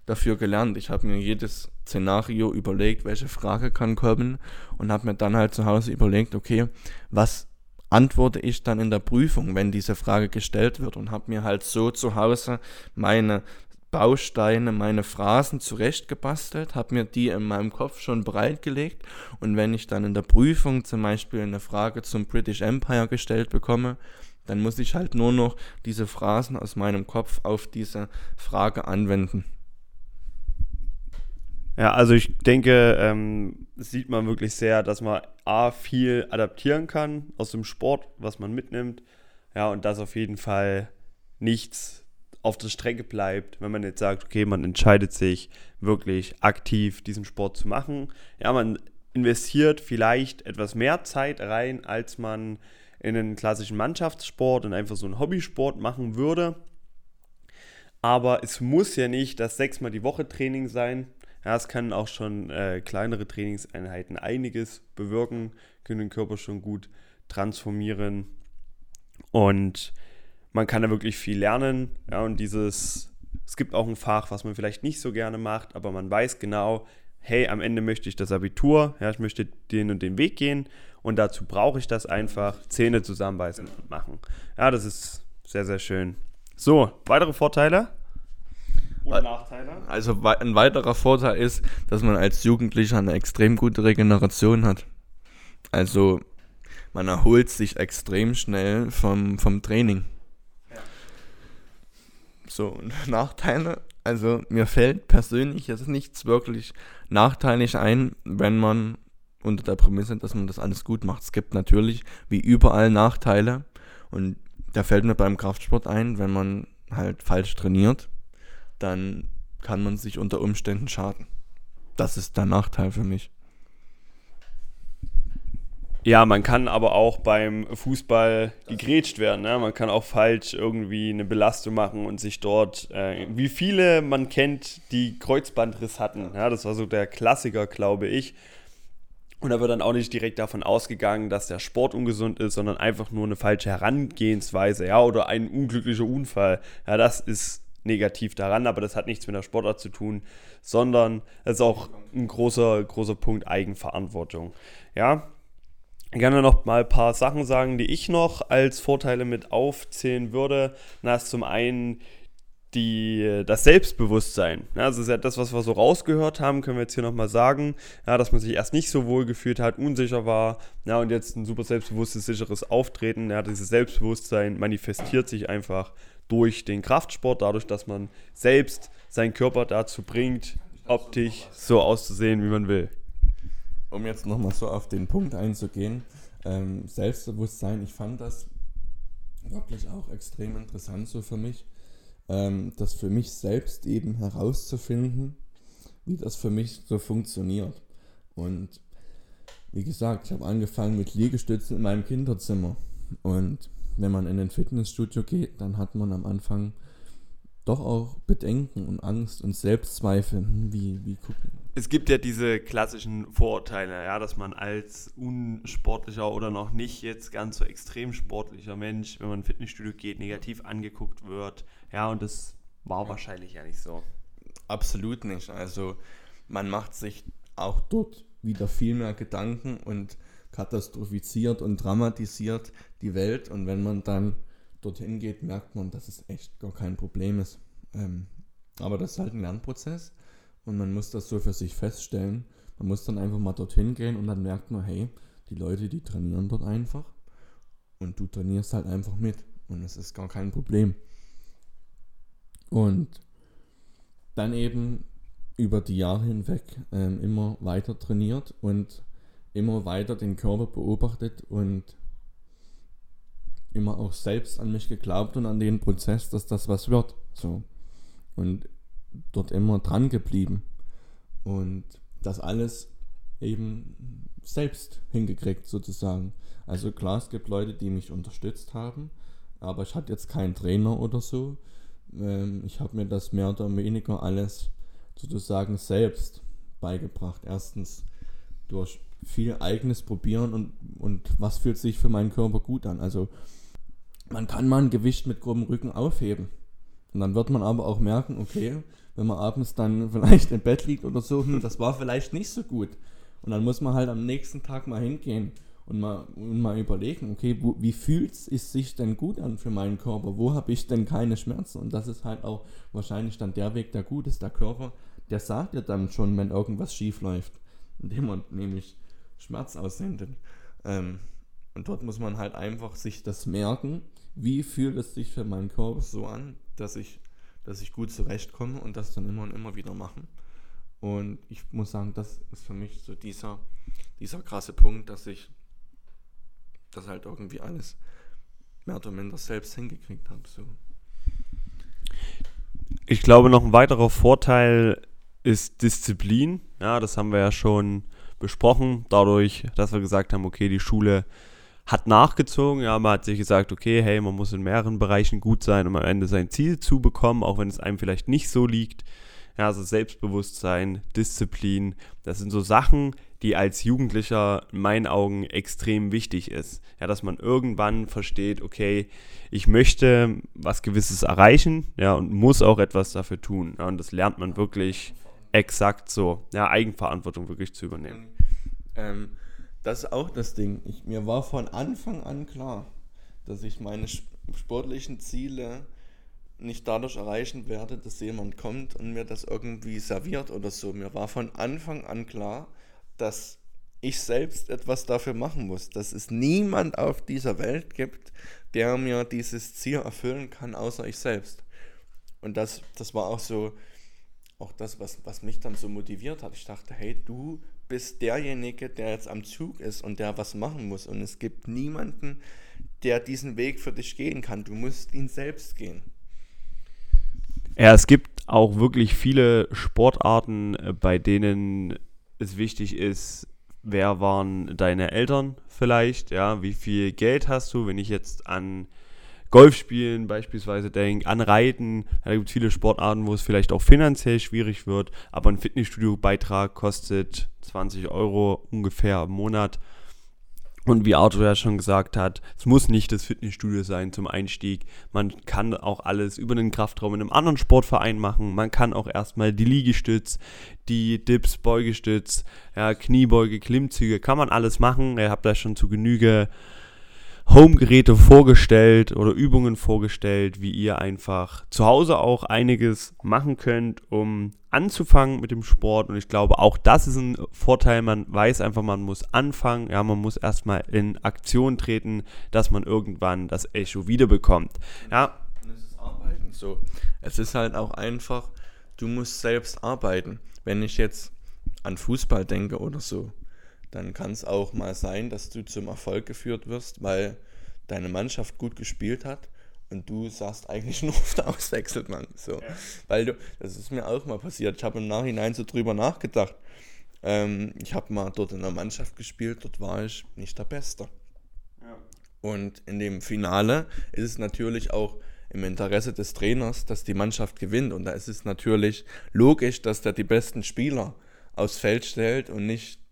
dafür gelernt. Ich habe mir jedes Szenario überlegt, welche Frage kann kommen und habe mir dann halt zu Hause überlegt, okay, was antworte ich dann in der Prüfung, wenn diese Frage gestellt wird, und habe mir halt so zu Hause meine Bausteine, meine Phrasen zurechtgebastelt, habe mir die in meinem Kopf schon bereitgelegt, und wenn ich dann in der Prüfung zum Beispiel eine Frage zum British Empire gestellt bekomme, dann muss ich halt nur noch diese Phrasen aus meinem Kopf auf diese Frage anwenden. Ja, also ich denke, ähm, sieht man wirklich sehr, dass man A, viel adaptieren kann aus dem Sport, was man mitnimmt. Ja, und dass auf jeden Fall nichts auf der Strecke bleibt, wenn man jetzt sagt, okay, man entscheidet sich wirklich aktiv diesen Sport zu machen. Ja, man investiert vielleicht etwas mehr Zeit rein, als man in einen klassischen Mannschaftssport und einfach so einen Hobbysport machen würde. Aber es muss ja nicht das sechsmal die Woche Training sein. Ja, es können auch schon äh, kleinere Trainingseinheiten einiges bewirken, können den Körper schon gut transformieren, und man kann da wirklich viel lernen. Ja, und dieses, es gibt auch ein Fach, was man vielleicht nicht so gerne macht, aber man weiß genau, hey, am Ende möchte ich das Abitur, ja, ich möchte den und den Weg gehen, und dazu brauche ich das einfach, Zähne zusammenbeißen und machen. Ja, das ist sehr, sehr schön. So, weitere Vorteile? Oder Nachteile? Also ein weiterer Vorteil ist, dass man als Jugendlicher eine extrem gute Regeneration hat. Also man erholt sich extrem schnell vom, vom Training. Ja. So, und Nachteile, also mir fällt persönlich jetzt nichts wirklich nachteilig ein, wenn man unter der Prämisse, dass man das alles gut macht. Es gibt natürlich wie überall Nachteile, und da fällt mir beim Kraftsport ein, wenn man halt falsch trainiert, dann kann man sich unter Umständen schaden. Das ist der Nachteil für mich. Ja, man kann aber auch beim Fußball gegrätscht werden. Ne? Man kann auch falsch irgendwie eine Belastung machen und sich dort, äh, wie viele man kennt, die Kreuzbandriss hatten. Ja, das war so der Klassiker, glaube ich. Und da wird dann auch nicht direkt davon ausgegangen, dass der Sport ungesund ist, sondern einfach nur eine falsche Herangehensweise, ja, oder ein unglücklicher Unfall. Ja, das ist negativ daran, aber das hat nichts mit der Sportart zu tun, sondern es ist auch ein großer, großer Punkt Eigenverantwortung. Ja, ich kann ja noch mal ein paar Sachen sagen, die ich noch als Vorteile mit aufzählen würde. Das ist zum einen die, das Selbstbewusstsein. Ja, das ist ja das, was wir so rausgehört haben, können wir jetzt hier nochmal sagen, ja, dass man sich erst nicht so wohl gefühlt hat, unsicher war, ja, und jetzt ein super selbstbewusstes, sicheres Auftreten. Ja, dieses Selbstbewusstsein manifestiert sich einfach durch den Kraftsport, dadurch, dass man selbst seinen Körper dazu bringt, optisch so auszusehen, wie man will. Um jetzt nochmal so auf den Punkt einzugehen, ähm, Selbstbewusstsein, ich fand das wirklich auch extrem interessant so für mich, ähm, das für mich selbst eben herauszufinden, wie das für mich so funktioniert. Und wie gesagt, ich habe angefangen mit Liegestützen in meinem Kinderzimmer, und wenn man in ein Fitnessstudio geht, dann hat man am Anfang doch auch Bedenken und Angst und Selbstzweifel. Wie, wie gucken. Es gibt ja diese klassischen Vorurteile, ja, dass man als unsportlicher oder noch nicht jetzt ganz so extrem sportlicher Mensch, wenn man ins Fitnessstudio geht, negativ angeguckt wird. Ja, und das war wahrscheinlich ja nicht so. Absolut nicht. Also man macht sich auch dort wieder viel mehr Gedanken und katastrophiziert und dramatisiert die Welt, und wenn man dann dorthin geht, merkt man, dass es echt gar kein Problem ist. Ähm, aber das ist halt ein Lernprozess, und man muss das so für sich feststellen. Man muss dann einfach mal dorthin gehen, und dann merkt man, hey, die Leute, die trainieren dort einfach, und du trainierst halt einfach mit, und es ist gar kein Problem. Und dann eben über die Jahre hinweg ähm, immer weiter trainiert und immer weiter den Körper beobachtet und immer auch selbst an mich geglaubt und an den Prozess, dass das was wird. So. Und dort immer dran geblieben. Und das alles eben selbst hingekriegt sozusagen. Also klar, es gibt Leute, die mich unterstützt haben, aber ich hatte jetzt keinen Trainer oder so. Ähm, ich habe mir das mehr oder weniger alles sozusagen selbst beigebracht. Erstens durch viel eigenes Probieren und, und was fühlt sich für meinen Körper gut an. Also man kann mal ein Gewicht mit grobem Rücken aufheben, Und dann wird man aber auch merken, okay, wenn man abends dann vielleicht im Bett liegt oder so, hm, das war vielleicht nicht so gut. Und dann muss man halt am nächsten Tag mal hingehen und mal, und mal überlegen, okay, wo, wie fühlt es sich denn gut an für meinen Körper? Wo habe ich denn keine Schmerzen? Und das ist halt auch wahrscheinlich dann der Weg, der gut ist. Der Körper, der sagt dir dann schon, wenn irgendwas schief läuft, indem man nämlich Schmerz aussendet. Ähm, und dort muss man halt einfach sich das merken, wie fühlt es sich für meinen Körper so an, dass ich, dass ich gut zurechtkomme und das dann immer und immer wieder machen. Und ich muss sagen, das ist für mich so dieser, dieser krasse Punkt, dass ich das halt irgendwie alles mehr oder minder selbst hingekriegt habe. So. Ich glaube, noch ein weiterer Vorteil ist Disziplin. Ja, das haben wir ja schon besprochen, dadurch, dass wir gesagt haben, okay, die Schule hat nachgezogen, ja, man hat sich gesagt, okay, hey, man muss in mehreren Bereichen gut sein, um am Ende sein Ziel zu bekommen, auch wenn es einem vielleicht nicht so liegt. Ja, also Selbstbewusstsein, Disziplin, das sind so Sachen, die als Jugendlicher in meinen Augen extrem wichtig ist. Ja, dass man irgendwann versteht, okay, ich möchte was Gewisses erreichen, ja, und muss auch etwas dafür tun. Ja, und das lernt man wirklich exakt so, ja, Eigenverantwortung wirklich zu übernehmen. Ähm, das ist auch das Ding. Ich, mir war von Anfang an klar, dass ich meine sportlichen Ziele nicht dadurch erreichen werde, dass jemand kommt und mir das irgendwie serviert oder so. Mir war von Anfang an klar, dass ich selbst etwas dafür machen muss, dass es niemand auf dieser Welt gibt, der mir dieses Ziel erfüllen kann, außer ich selbst. Und das, das war auch so, auch das, was, was mich dann so motiviert hat. Ich dachte, hey, du bist derjenige, der jetzt am Zug ist und der was machen muss. Und es gibt niemanden, der diesen Weg für dich gehen kann. Du musst ihn selbst gehen. Ja, es gibt auch wirklich viele Sportarten, bei denen es wichtig ist, wer waren deine Eltern vielleicht, ja, wie viel Geld hast du, wenn ich jetzt an Golfspielen beispielsweise denke, an Reiten, ja, da gibt es viele Sportarten, wo es vielleicht auch finanziell schwierig wird, aber ein Fitnessstudio-Beitrag kostet zwanzig Euro ungefähr im Monat. Und wie Arthur ja schon gesagt hat, es muss nicht das Fitnessstudio sein zum Einstieg. Man kann auch alles über den Kraftraum in einem anderen Sportverein machen. Man kann auch erstmal die Liegestütz, die Dips, Beugestütz, ja, Kniebeuge, Klimmzüge, kann man alles machen. Ihr habt da schon zu Genüge Home-Geräte vorgestellt oder Übungen vorgestellt, wie ihr einfach zu Hause auch einiges machen könnt, um anzufangen mit dem Sport. Und ich glaube, auch das ist ein Vorteil. Man weiß einfach, man muss anfangen. Ja, man muss erstmal in Aktion treten, dass man irgendwann das Echo wiederbekommt. Ja. Und es ist Arbeiten so. Es ist halt auch einfach, du musst selbst arbeiten. Wenn ich jetzt an Fußball denke oder so, dann kann es auch mal sein, dass du zum Erfolg geführt wirst, weil deine Mannschaft gut gespielt hat und du sagst eigentlich nur auf der Auswechselbank. So. Ja. Weil du, das ist mir auch mal passiert. Ich habe im Nachhinein so drüber nachgedacht. Ähm, ich habe mal dort in der Mannschaft gespielt, dort war ich nicht der Beste. Ja. Und in dem Finale ist es natürlich auch im Interesse des Trainers, dass die Mannschaft gewinnt. Und da ist es natürlich logisch, dass der die besten Spieler aufs Feld stellt und nicht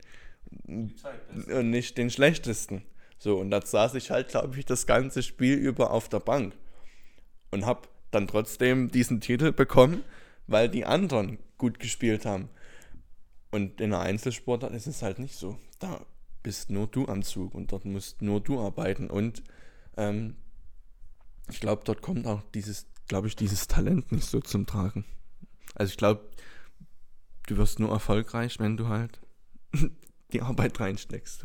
und nicht den schlechtesten. So, und da saß ich halt, glaube ich, das ganze Spiel über auf der Bank und habe dann trotzdem diesen Titel bekommen, weil die anderen gut gespielt haben. Und in der Einzelsportart ist es halt nicht so. Da bist nur du am Zug und dort musst nur du arbeiten. Und ähm, ich glaube, dort kommt auch dieses, glaube ich, dieses Talent nicht so zum Tragen. Also ich glaube, du wirst nur erfolgreich, wenn du halt die Arbeit reinsteckst.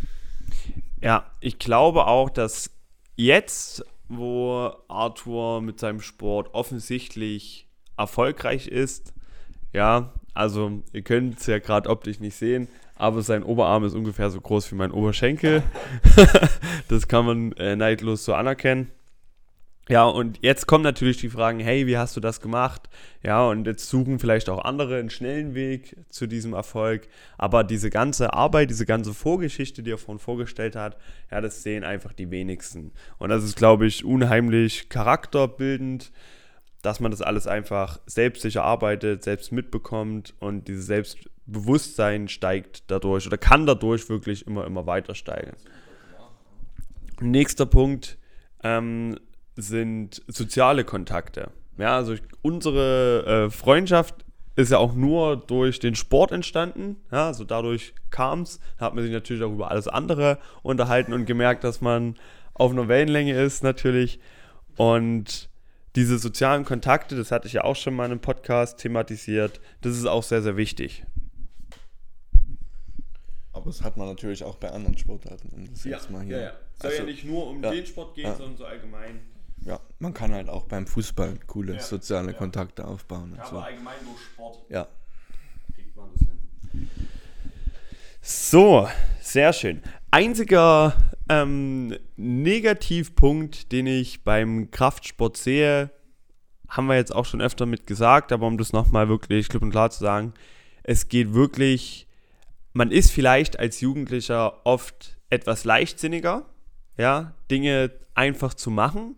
Ja, ich glaube auch, dass jetzt, wo Arthur mit seinem Sport offensichtlich erfolgreich ist, ja, also ihr könnt es ja gerade optisch nicht sehen, aber sein Oberarm ist ungefähr so groß wie mein Oberschenkel. Das kann man äh, neidlos so anerkennen. Ja, und jetzt kommen natürlich die Fragen, hey, wie hast du das gemacht? Ja, und jetzt suchen vielleicht auch andere einen schnellen Weg zu diesem Erfolg. Aber diese ganze Arbeit, diese ganze Vorgeschichte, die er vorhin vorgestellt hat, ja, das sehen einfach die wenigsten. Und das ist, glaube ich, unheimlich charakterbildend, dass man das alles einfach selbst sich erarbeitet, selbst mitbekommt und dieses Selbstbewusstsein steigt dadurch oder kann dadurch wirklich immer, immer weiter steigen. Nächster Punkt, ähm, sind soziale Kontakte. Ja, also ich, unsere äh, Freundschaft ist ja auch nur durch den Sport entstanden. Ja, also dadurch kam es. Da hat man sich natürlich auch über alles andere unterhalten und gemerkt, dass man auf einer Wellenlänge ist natürlich. Und diese sozialen Kontakte, das hatte ich ja auch schon mal in einem Podcast thematisiert, das ist auch sehr, sehr wichtig. Aber das hat man natürlich auch bei anderen Sportarten. Um das Ja, jetzt mal hier. ja, ja. Soll Also, ja nicht nur um ja, den Sport gehen, ja. sondern so allgemein. Ja, man kann halt auch beim Fußball coole Ja, soziale ja. Kontakte aufbauen. Ja, Und so. aber allgemein durch Sport Ja. kriegt man das hin. So, sehr schön. Einziger ähm, Negativpunkt, den ich beim Kraftsport sehe, haben wir jetzt auch schon öfter mit gesagt, aber um das nochmal wirklich klipp und klar zu sagen, es geht wirklich, man ist vielleicht als Jugendlicher oft etwas leichtsinniger, ja, Dinge einfach zu machen,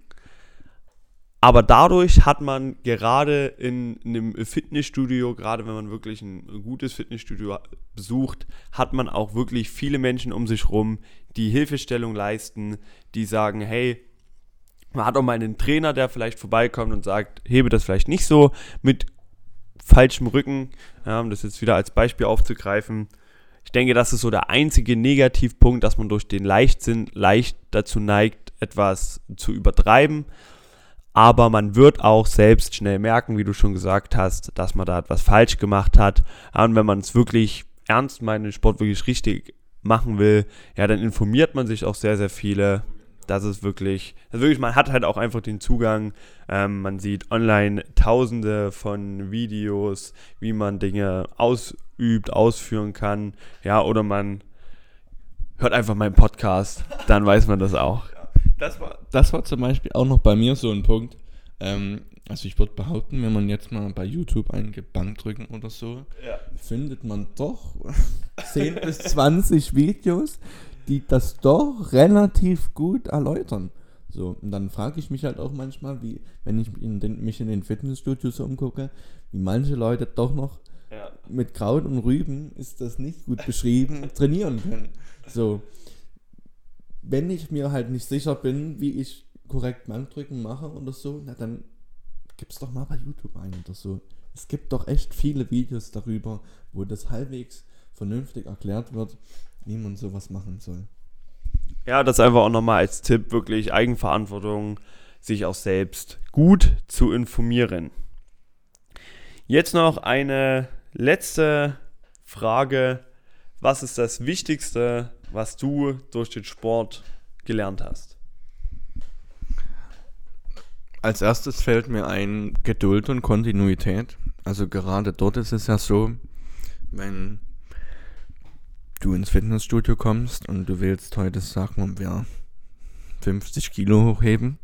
aber dadurch hat man gerade in einem Fitnessstudio, gerade wenn man wirklich ein gutes Fitnessstudio besucht, hat man auch wirklich viele Menschen um sich rum, die Hilfestellung leisten, die sagen, hey, man hat auch mal einen Trainer, der vielleicht vorbeikommt und sagt, hebe das vielleicht nicht so mit falschem Rücken, ja, um das jetzt wieder als Beispiel aufzugreifen. Ich denke, das ist so der einzige Negativpunkt, dass man durch den Leichtsinn leicht dazu neigt, etwas zu übertreiben. Aber man wird auch selbst schnell merken, wie du schon gesagt hast, dass man da etwas falsch gemacht hat. Und wenn man es wirklich ernst meint, den Sport wirklich richtig machen will, ja, dann informiert man sich auch sehr, sehr viele. Das ist wirklich, also wirklich, man hat halt auch einfach den Zugang. Ähm, man sieht online tausende von Videos, wie man Dinge ausübt, ausführen kann. Ja, oder man hört einfach meinen Podcast, dann weiß man das auch. Das war, das war zum Beispiel auch noch bei mir so ein Punkt. Ähm, also ich würde behaupten, wenn man jetzt mal bei YouTube eingibt, Bankdrücken oder so, Ja. findet man doch zehn bis zwanzig Videos, die das doch relativ gut erläutern. So, und dann frage ich mich halt auch manchmal, wie, wenn ich in den, mich in den Fitnessstudios umgucke, wie manche Leute doch noch Ja. mit Kraut und Rüben, ist das nicht gut beschrieben, trainieren können. So. Wenn ich mir halt nicht sicher bin, wie ich korrekt Bankdrücken mache oder so, na dann gib's doch mal bei YouTube ein oder so. Es gibt doch echt viele Videos darüber, wo das halbwegs vernünftig erklärt wird, wie man sowas machen soll. Ja, das einfach auch nochmal als Tipp, wirklich Eigenverantwortung, sich auch selbst gut zu informieren. Jetzt noch eine letzte Frage. Was ist das Wichtigste, was du durch den Sport gelernt hast? Als erstes fällt mir ein Geduld und Kontinuität. Also gerade dort ist es ja so, wenn du ins Fitnessstudio kommst und du willst heute, sagen wir, fünfzig Kilo hochheben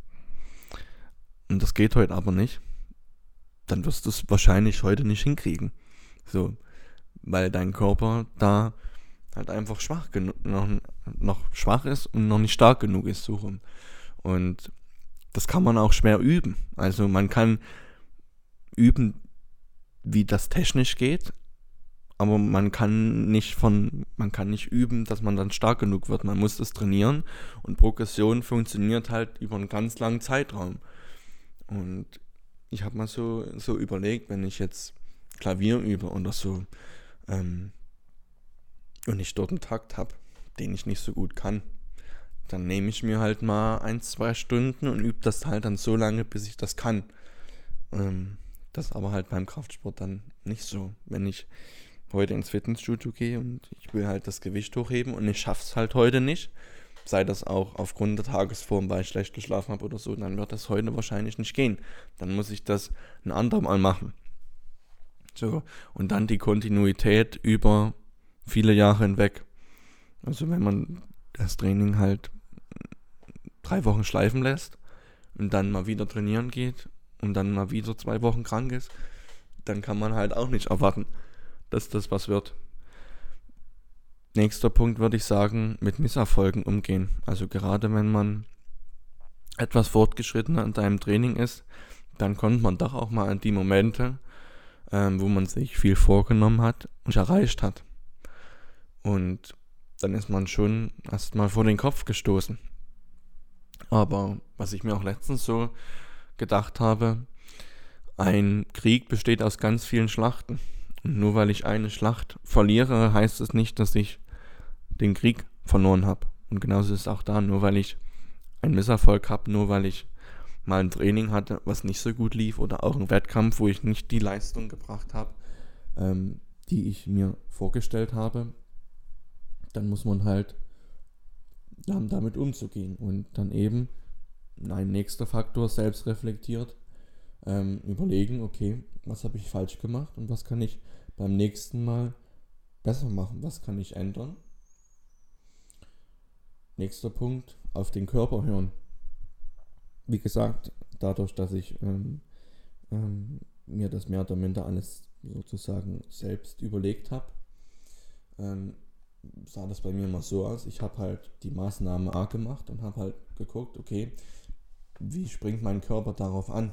und das geht heute aber nicht, dann wirst du es wahrscheinlich heute nicht hinkriegen. So, weil dein Körper da halt einfach schwach genug, noch, noch schwach ist und noch nicht stark genug ist, so rum. Und das kann man auch schwer üben. Also man kann üben, wie das technisch geht, aber man kann nicht von, man kann nicht üben, dass man dann stark genug wird. Man muss das trainieren und Progression funktioniert halt über einen ganz langen Zeitraum. Und ich habe mal so, so überlegt, wenn ich jetzt Klavier übe oder so, ähm, und ich dort einen Takt habe, den ich nicht so gut kann, dann nehme ich mir halt mal ein, zwei Stunden und übe das halt dann so lange, bis ich das kann. Ähm, das aber halt beim Kraftsport dann nicht so. Wenn ich heute ins Fitnessstudio gehe und ich will halt das Gewicht hochheben und ich schaffe es halt heute nicht, sei das auch aufgrund der Tagesform, weil ich schlecht geschlafen habe oder so, dann wird das heute wahrscheinlich nicht gehen. Dann muss ich das ein andermal machen. So, und dann die Kontinuität über viele Jahre hinweg. Also wenn man das Training halt drei Wochen schleifen lässt und dann mal wieder trainieren geht und dann mal wieder zwei Wochen krank ist, dann kann man halt auch nicht erwarten, dass das was wird. Nächster Punkt würde ich sagen, mit Misserfolgen umgehen. Also gerade wenn man etwas fortgeschrittener in deinem Training ist, dann kommt man doch auch mal an die Momente, ähm, wo man sich viel vorgenommen hat und erreicht hat. Und dann ist man schon erstmal vor den Kopf gestoßen. Aber was ich mir auch letztens so gedacht habe, ein Krieg besteht aus ganz vielen Schlachten. Und nur weil ich eine Schlacht verliere, heißt es nicht, dass ich den Krieg verloren habe. Und genauso ist es auch da, nur weil ich einen Misserfolg habe, nur weil ich mal ein Training hatte, was nicht so gut lief, oder auch einen Wettkampf, wo ich nicht die Leistung gebracht habe, ähm, die ich mir vorgestellt habe, dann muss man halt lernen, damit umzugehen und dann eben ein nächster Faktor, selbst reflektiert, ähm, überlegen, okay, was habe ich falsch gemacht und was kann ich beim nächsten Mal besser machen, was kann ich ändern. Nächster Punkt, auf den Körper hören. Wie gesagt, dadurch, dass ich ähm, ähm, mir das mehr oder minder alles sozusagen selbst überlegt habe, ähm, sah das bei mir immer so aus, ich habe halt die Maßnahme A gemacht und habe halt geguckt, okay, wie springt mein Körper darauf an?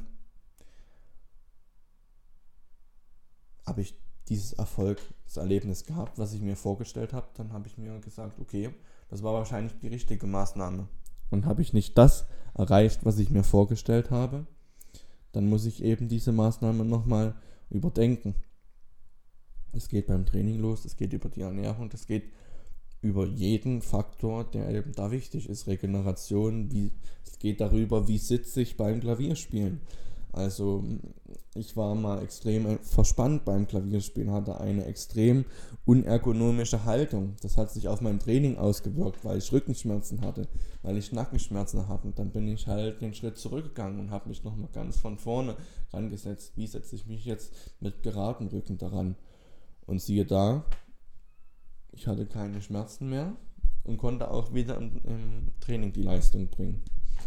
Habe ich dieses Erfolgserlebnis gehabt, was ich mir vorgestellt habe, dann habe ich mir gesagt, okay, das war wahrscheinlich die richtige Maßnahme. Und habe ich nicht das erreicht, was ich mir vorgestellt habe, dann muss ich eben diese Maßnahme nochmal überdenken. Es geht beim Training los, es geht über die Ernährung, es geht über jeden Faktor, der eben da wichtig ist. Regeneration, wie, es geht darüber, wie sitze ich beim Klavierspielen. Also ich war mal extrem verspannt beim Klavierspielen, hatte eine extrem unergonomische Haltung. Das hat sich auf mein Training ausgewirkt, weil ich Rückenschmerzen hatte, weil ich Nackenschmerzen hatte. Und dann bin ich halt den Schritt zurückgegangen und habe mich nochmal ganz von vorne rangesetzt. Wie setze ich mich jetzt mit geradem Rücken daran? Und siehe da, ich hatte keine Schmerzen mehr und konnte auch wieder im, im Training die Leistung bringen.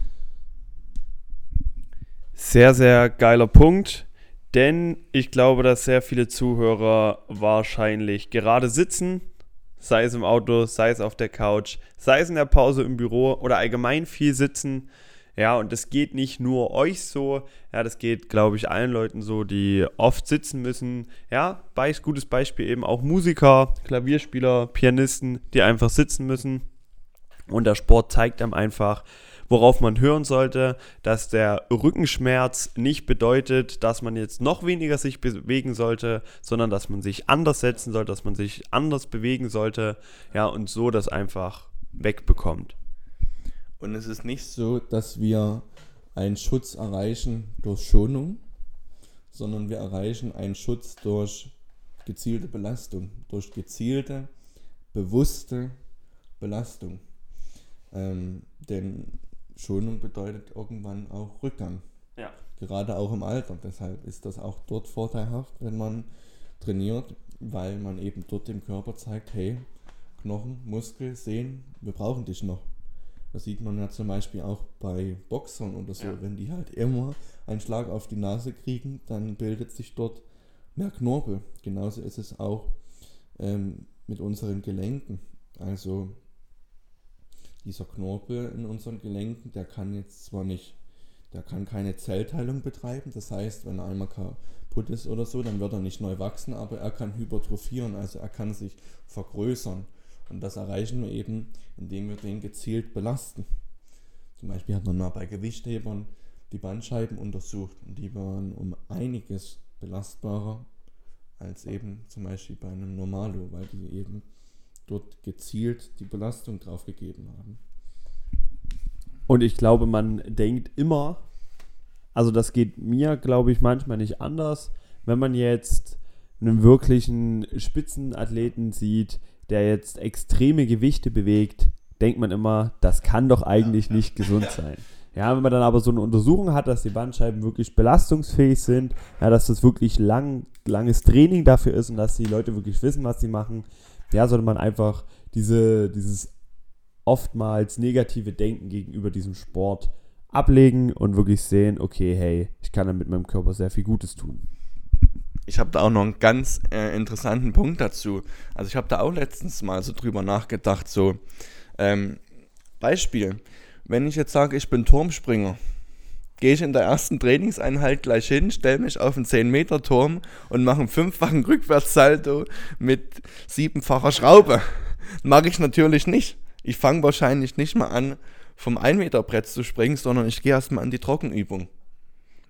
Sehr, sehr geiler Punkt, denn ich glaube, dass sehr viele Zuhörer wahrscheinlich gerade sitzen, sei es im Auto, sei es auf der Couch, sei es in der Pause im Büro oder allgemein viel sitzen. Ja, und das geht nicht nur euch so, ja, das geht, glaube ich, allen Leuten so, die oft sitzen müssen. Ja, Beis, gutes Beispiel eben auch Musiker, Klavierspieler, Pianisten, die einfach sitzen müssen. Und der Sport zeigt einem einfach, worauf man hören sollte, dass der Rückenschmerz nicht bedeutet, dass man jetzt noch weniger sich bewegen sollte, sondern dass man sich anders setzen sollte, dass man sich anders bewegen sollte, ja, und so das einfach wegbekommt. Und es ist nicht so, dass wir einen Schutz erreichen durch Schonung, sondern wir erreichen einen Schutz durch gezielte Belastung, durch gezielte, bewusste Belastung. Ähm, denn Schonung bedeutet irgendwann auch Rückgang. Ja. Gerade auch im Alter. Deshalb ist das auch dort vorteilhaft, wenn man trainiert, weil man eben dort dem Körper zeigt, hey, Knochen, Muskel, Sehnen, wir brauchen dich noch. Das sieht man ja zum Beispiel auch bei Boxern oder so. Ja. Wenn die halt immer einen Schlag auf die Nase kriegen, dann bildet sich dort mehr Knorpel. Genauso ist es auch ähm, mit unseren Gelenken. Also dieser Knorpel in unseren Gelenken, der kann jetzt zwar nicht, der kann keine Zellteilung betreiben, das heißt, wenn er einmal kaputt ist oder so, dann wird er nicht neu wachsen, aber er kann hypertrophieren, also er kann sich vergrößern. Und das erreichen wir eben, indem wir den gezielt belasten. Zum Beispiel hat man mal bei Gewichthebern die Bandscheiben untersucht und die waren um einiges belastbarer als eben zum Beispiel bei einem Normalo, weil die eben dort gezielt die Belastung drauf gegeben haben. Und ich glaube, man denkt immer, also das geht mir, glaube ich, manchmal nicht anders, wenn man jetzt einen wirklichen Spitzenathleten sieht, der jetzt extreme Gewichte bewegt, denkt man immer, das kann doch eigentlich ja, nicht ja. gesund sein. Ja, wenn man dann aber so eine Untersuchung hat, dass die Bandscheiben wirklich belastungsfähig sind, ja, dass das wirklich lang, langes Training dafür ist und dass die Leute wirklich wissen, was sie machen, ja, sollte man einfach diese, dieses oftmals negative Denken gegenüber diesem Sport ablegen und wirklich sehen, okay, hey, ich kann da mit meinem Körper sehr viel Gutes tun. Ich habe da auch noch einen ganz äh, interessanten Punkt dazu. Also ich habe da auch letztens mal so drüber nachgedacht, so ähm, Beispiel, wenn ich jetzt sage, ich bin Turmspringer, gehe ich in der ersten Trainingseinheit gleich hin, stelle mich auf einen zehn Meter Turm und mache einen fünffachen Rückwärtssalto mit siebenfacher Schraube. Mag ich natürlich nicht. Ich fange wahrscheinlich nicht mal an, vom ein Meter Brett zu springen, sondern ich gehe erstmal an die Trockenübung.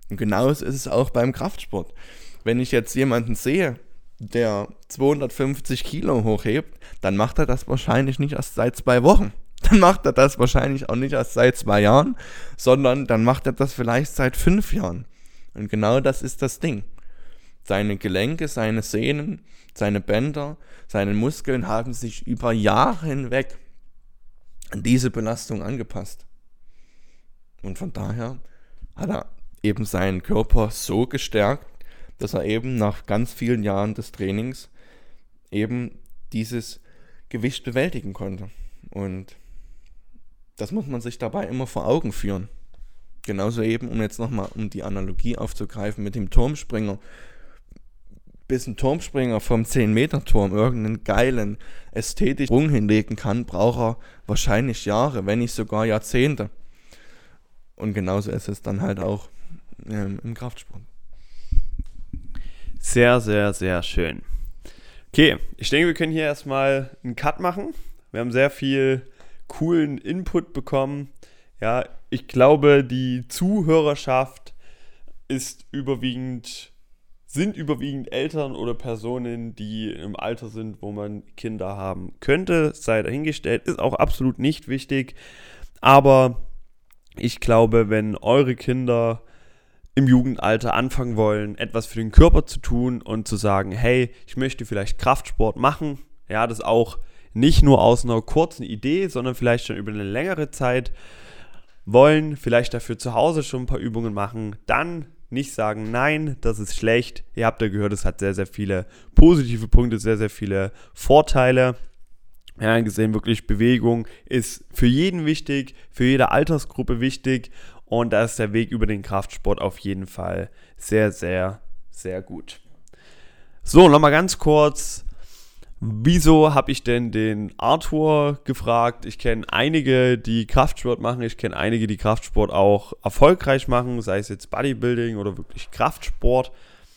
Und genauso ist es auch beim Kraftsport. Wenn ich jetzt jemanden sehe, der zweihundertfünfzig Kilo hochhebt, dann macht er das wahrscheinlich nicht erst seit zwei Wochen. Dann macht er das wahrscheinlich auch nicht erst seit zwei Jahren, sondern dann macht er das vielleicht seit fünf Jahren. Und genau das ist das Ding. Seine Gelenke, seine Sehnen, seine Bänder, seine Muskeln haben sich über Jahre hinweg an diese Belastung angepasst. Und von daher hat er eben seinen Körper so gestärkt, dass er eben nach ganz vielen Jahren des Trainings eben dieses Gewicht bewältigen konnte. Und das muss man sich dabei immer vor Augen führen. Genauso eben, um jetzt nochmal, um die Analogie aufzugreifen mit dem Turmspringer. Bis ein Turmspringer vom zehn-Meter-Turm irgendeinen geilen, ästhetischen Sprung hinlegen kann, braucht er wahrscheinlich Jahre, wenn nicht sogar Jahrzehnte. Und genauso ist es dann halt auch ähm, im Kraftsport. Sehr, sehr, sehr schön. Okay, ich denke, wir können hier erstmal einen Cut machen. Wir haben sehr viel coolen Input bekommen. Ja, ich glaube, die Zuhörerschaft ist überwiegend, sind überwiegend Eltern oder Personen, die im Alter sind, wo man Kinder haben könnte. Sei dahingestellt, ist auch absolut nicht wichtig. Aber ich glaube, wenn eure Kinder im Jugendalter anfangen wollen, etwas für den Körper zu tun und zu sagen, hey, ich möchte vielleicht Kraftsport machen, ja, das auch nicht nur aus einer kurzen Idee, sondern vielleicht schon über eine längere Zeit, wollen vielleicht dafür zu Hause schon ein paar Übungen machen, dann nicht sagen, nein, das ist schlecht. Ihr habt ja gehört, es hat sehr, sehr viele positive Punkte, sehr, sehr viele Vorteile. Ja, gesehen, wirklich Bewegung ist für jeden wichtig, für jede Altersgruppe wichtig. Und da ist der Weg über den Kraftsport auf jeden Fall sehr, sehr, sehr gut. So, nochmal ganz kurz. Wieso habe ich denn den Arthur gefragt? Ich kenne einige, die Kraftsport machen. Ich kenne einige, die Kraftsport auch erfolgreich machen, sei es jetzt Bodybuilding oder wirklich Kraftsport.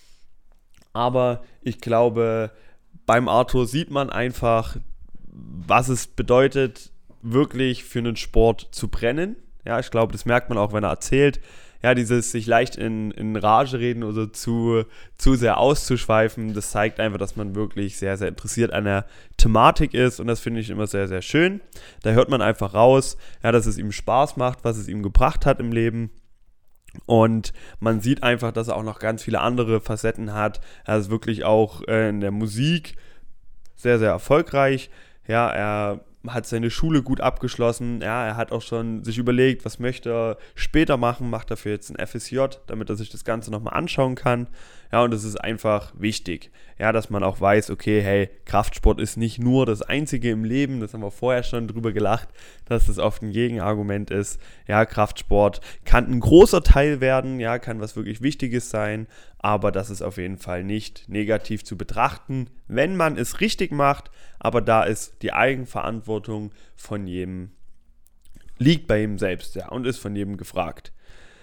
Aber ich glaube, beim Arthur sieht man einfach, was es bedeutet, wirklich für einen Sport zu brennen. Ja, ich glaube, das merkt man auch, wenn er erzählt. Ja, dieses sich leicht in, in Rage reden oder zu, zu sehr auszuschweifen, das zeigt einfach, dass man wirklich sehr, sehr interessiert an der Thematik ist. Und das finde ich immer sehr, sehr schön. Da hört man einfach raus, ja, dass es ihm Spaß macht, was es ihm gebracht hat im Leben. Und man sieht einfach, dass er auch noch ganz viele andere Facetten hat. Er ist wirklich auch äh, in der Musik sehr, sehr erfolgreich. Ja, er hat seine Schule gut abgeschlossen, ja, er hat auch schon sich überlegt, was möchte er später machen, macht dafür jetzt ein F S J, damit er sich das Ganze nochmal anschauen kann, ja, und es ist einfach wichtig, ja, dass man auch weiß, okay, hey, Kraftsport ist nicht nur das Einzige im Leben, das haben wir vorher schon drüber gelacht, dass das oft ein Gegenargument ist, ja, Kraftsport kann ein großer Teil werden, ja, kann was wirklich Wichtiges sein, aber das ist auf jeden Fall nicht negativ zu betrachten, wenn man es richtig macht, aber da ist die Eigenverantwortung von jedem, liegt bei jedem selbst, ja, und ist von jedem gefragt.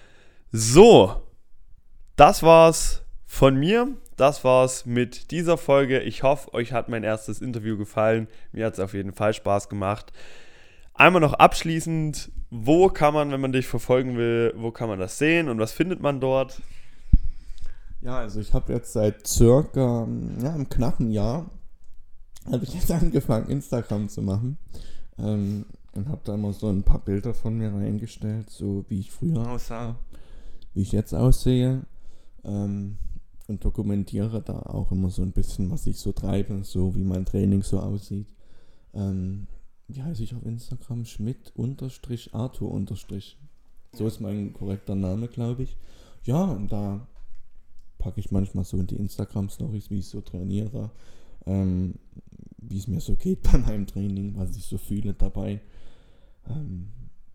So, das war's von mir, das war's mit dieser Folge. Ich hoffe, euch hat mein erstes Interview gefallen, mir hat es auf jeden Fall Spaß gemacht. Einmal noch abschließend, wo kann man, wenn man dich verfolgen will, wo kann man das sehen und was findet man dort? Ja, also ich habe jetzt seit circa, ja, einem knappen Jahr, habe ich jetzt angefangen, Instagram zu machen. Ähm, und habe da immer so ein paar Bilder von mir reingestellt, so wie ich früher aussah, wie ich jetzt aussehe. Ähm, und dokumentiere da auch immer so ein bisschen, was ich so treibe, so wie mein Training so aussieht. Ähm, wie heiße ich auf Instagram? Schmidt-Arthur-. So ist mein korrekter Name, glaube ich. Ja, und da packe ich manchmal so in die Instagram-Stories, wie ich so trainiere, ähm, wie es mir so geht bei meinem Training, was ich so fühle dabei. Ähm,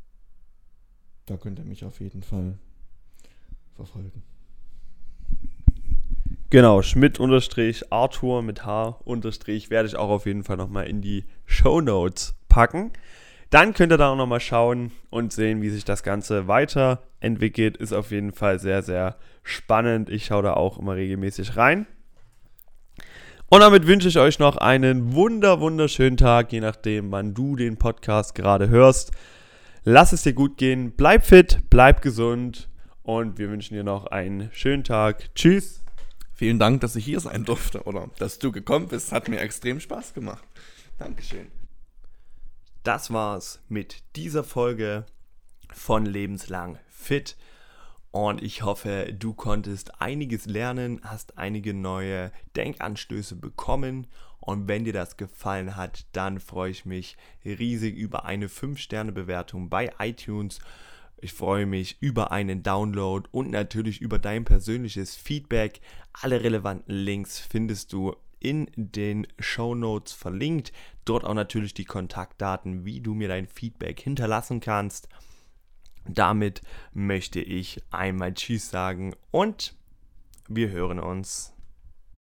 da könnt ihr mich auf jeden Fall verfolgen. Genau, Schmidt-Arthur mit H- werde ich auch auf jeden Fall nochmal in die Shownotes packen. Dann könnt ihr da auch nochmal schauen und sehen, wie sich das Ganze weiterentwickelt. Ist auf jeden Fall sehr, sehr spannend. Ich schaue da auch immer regelmäßig rein. Und damit wünsche ich euch noch einen wunder, wunderschönen Tag, je nachdem, wann du den Podcast gerade hörst. Lass es dir gut gehen, bleib fit, bleib gesund und wir wünschen dir noch einen schönen Tag. Tschüss! Vielen Dank, dass ich hier sein durfte oder dass du gekommen bist. Hat mir extrem Spaß gemacht. Dankeschön. Das war's mit dieser Folge von Lebenslang Fit. Und ich hoffe, du konntest einiges lernen, hast einige neue Denkanstöße bekommen. Und wenn dir das gefallen hat, dann freue ich mich riesig über eine fünf Sterne Bewertung bei iTunes. Ich freue mich über einen Download und natürlich über dein persönliches Feedback. Alle relevanten Links findest du in den Shownotes verlinkt. Dort auch natürlich die Kontaktdaten, wie du mir dein Feedback hinterlassen kannst. Damit möchte ich einmal Tschüss sagen und wir hören uns.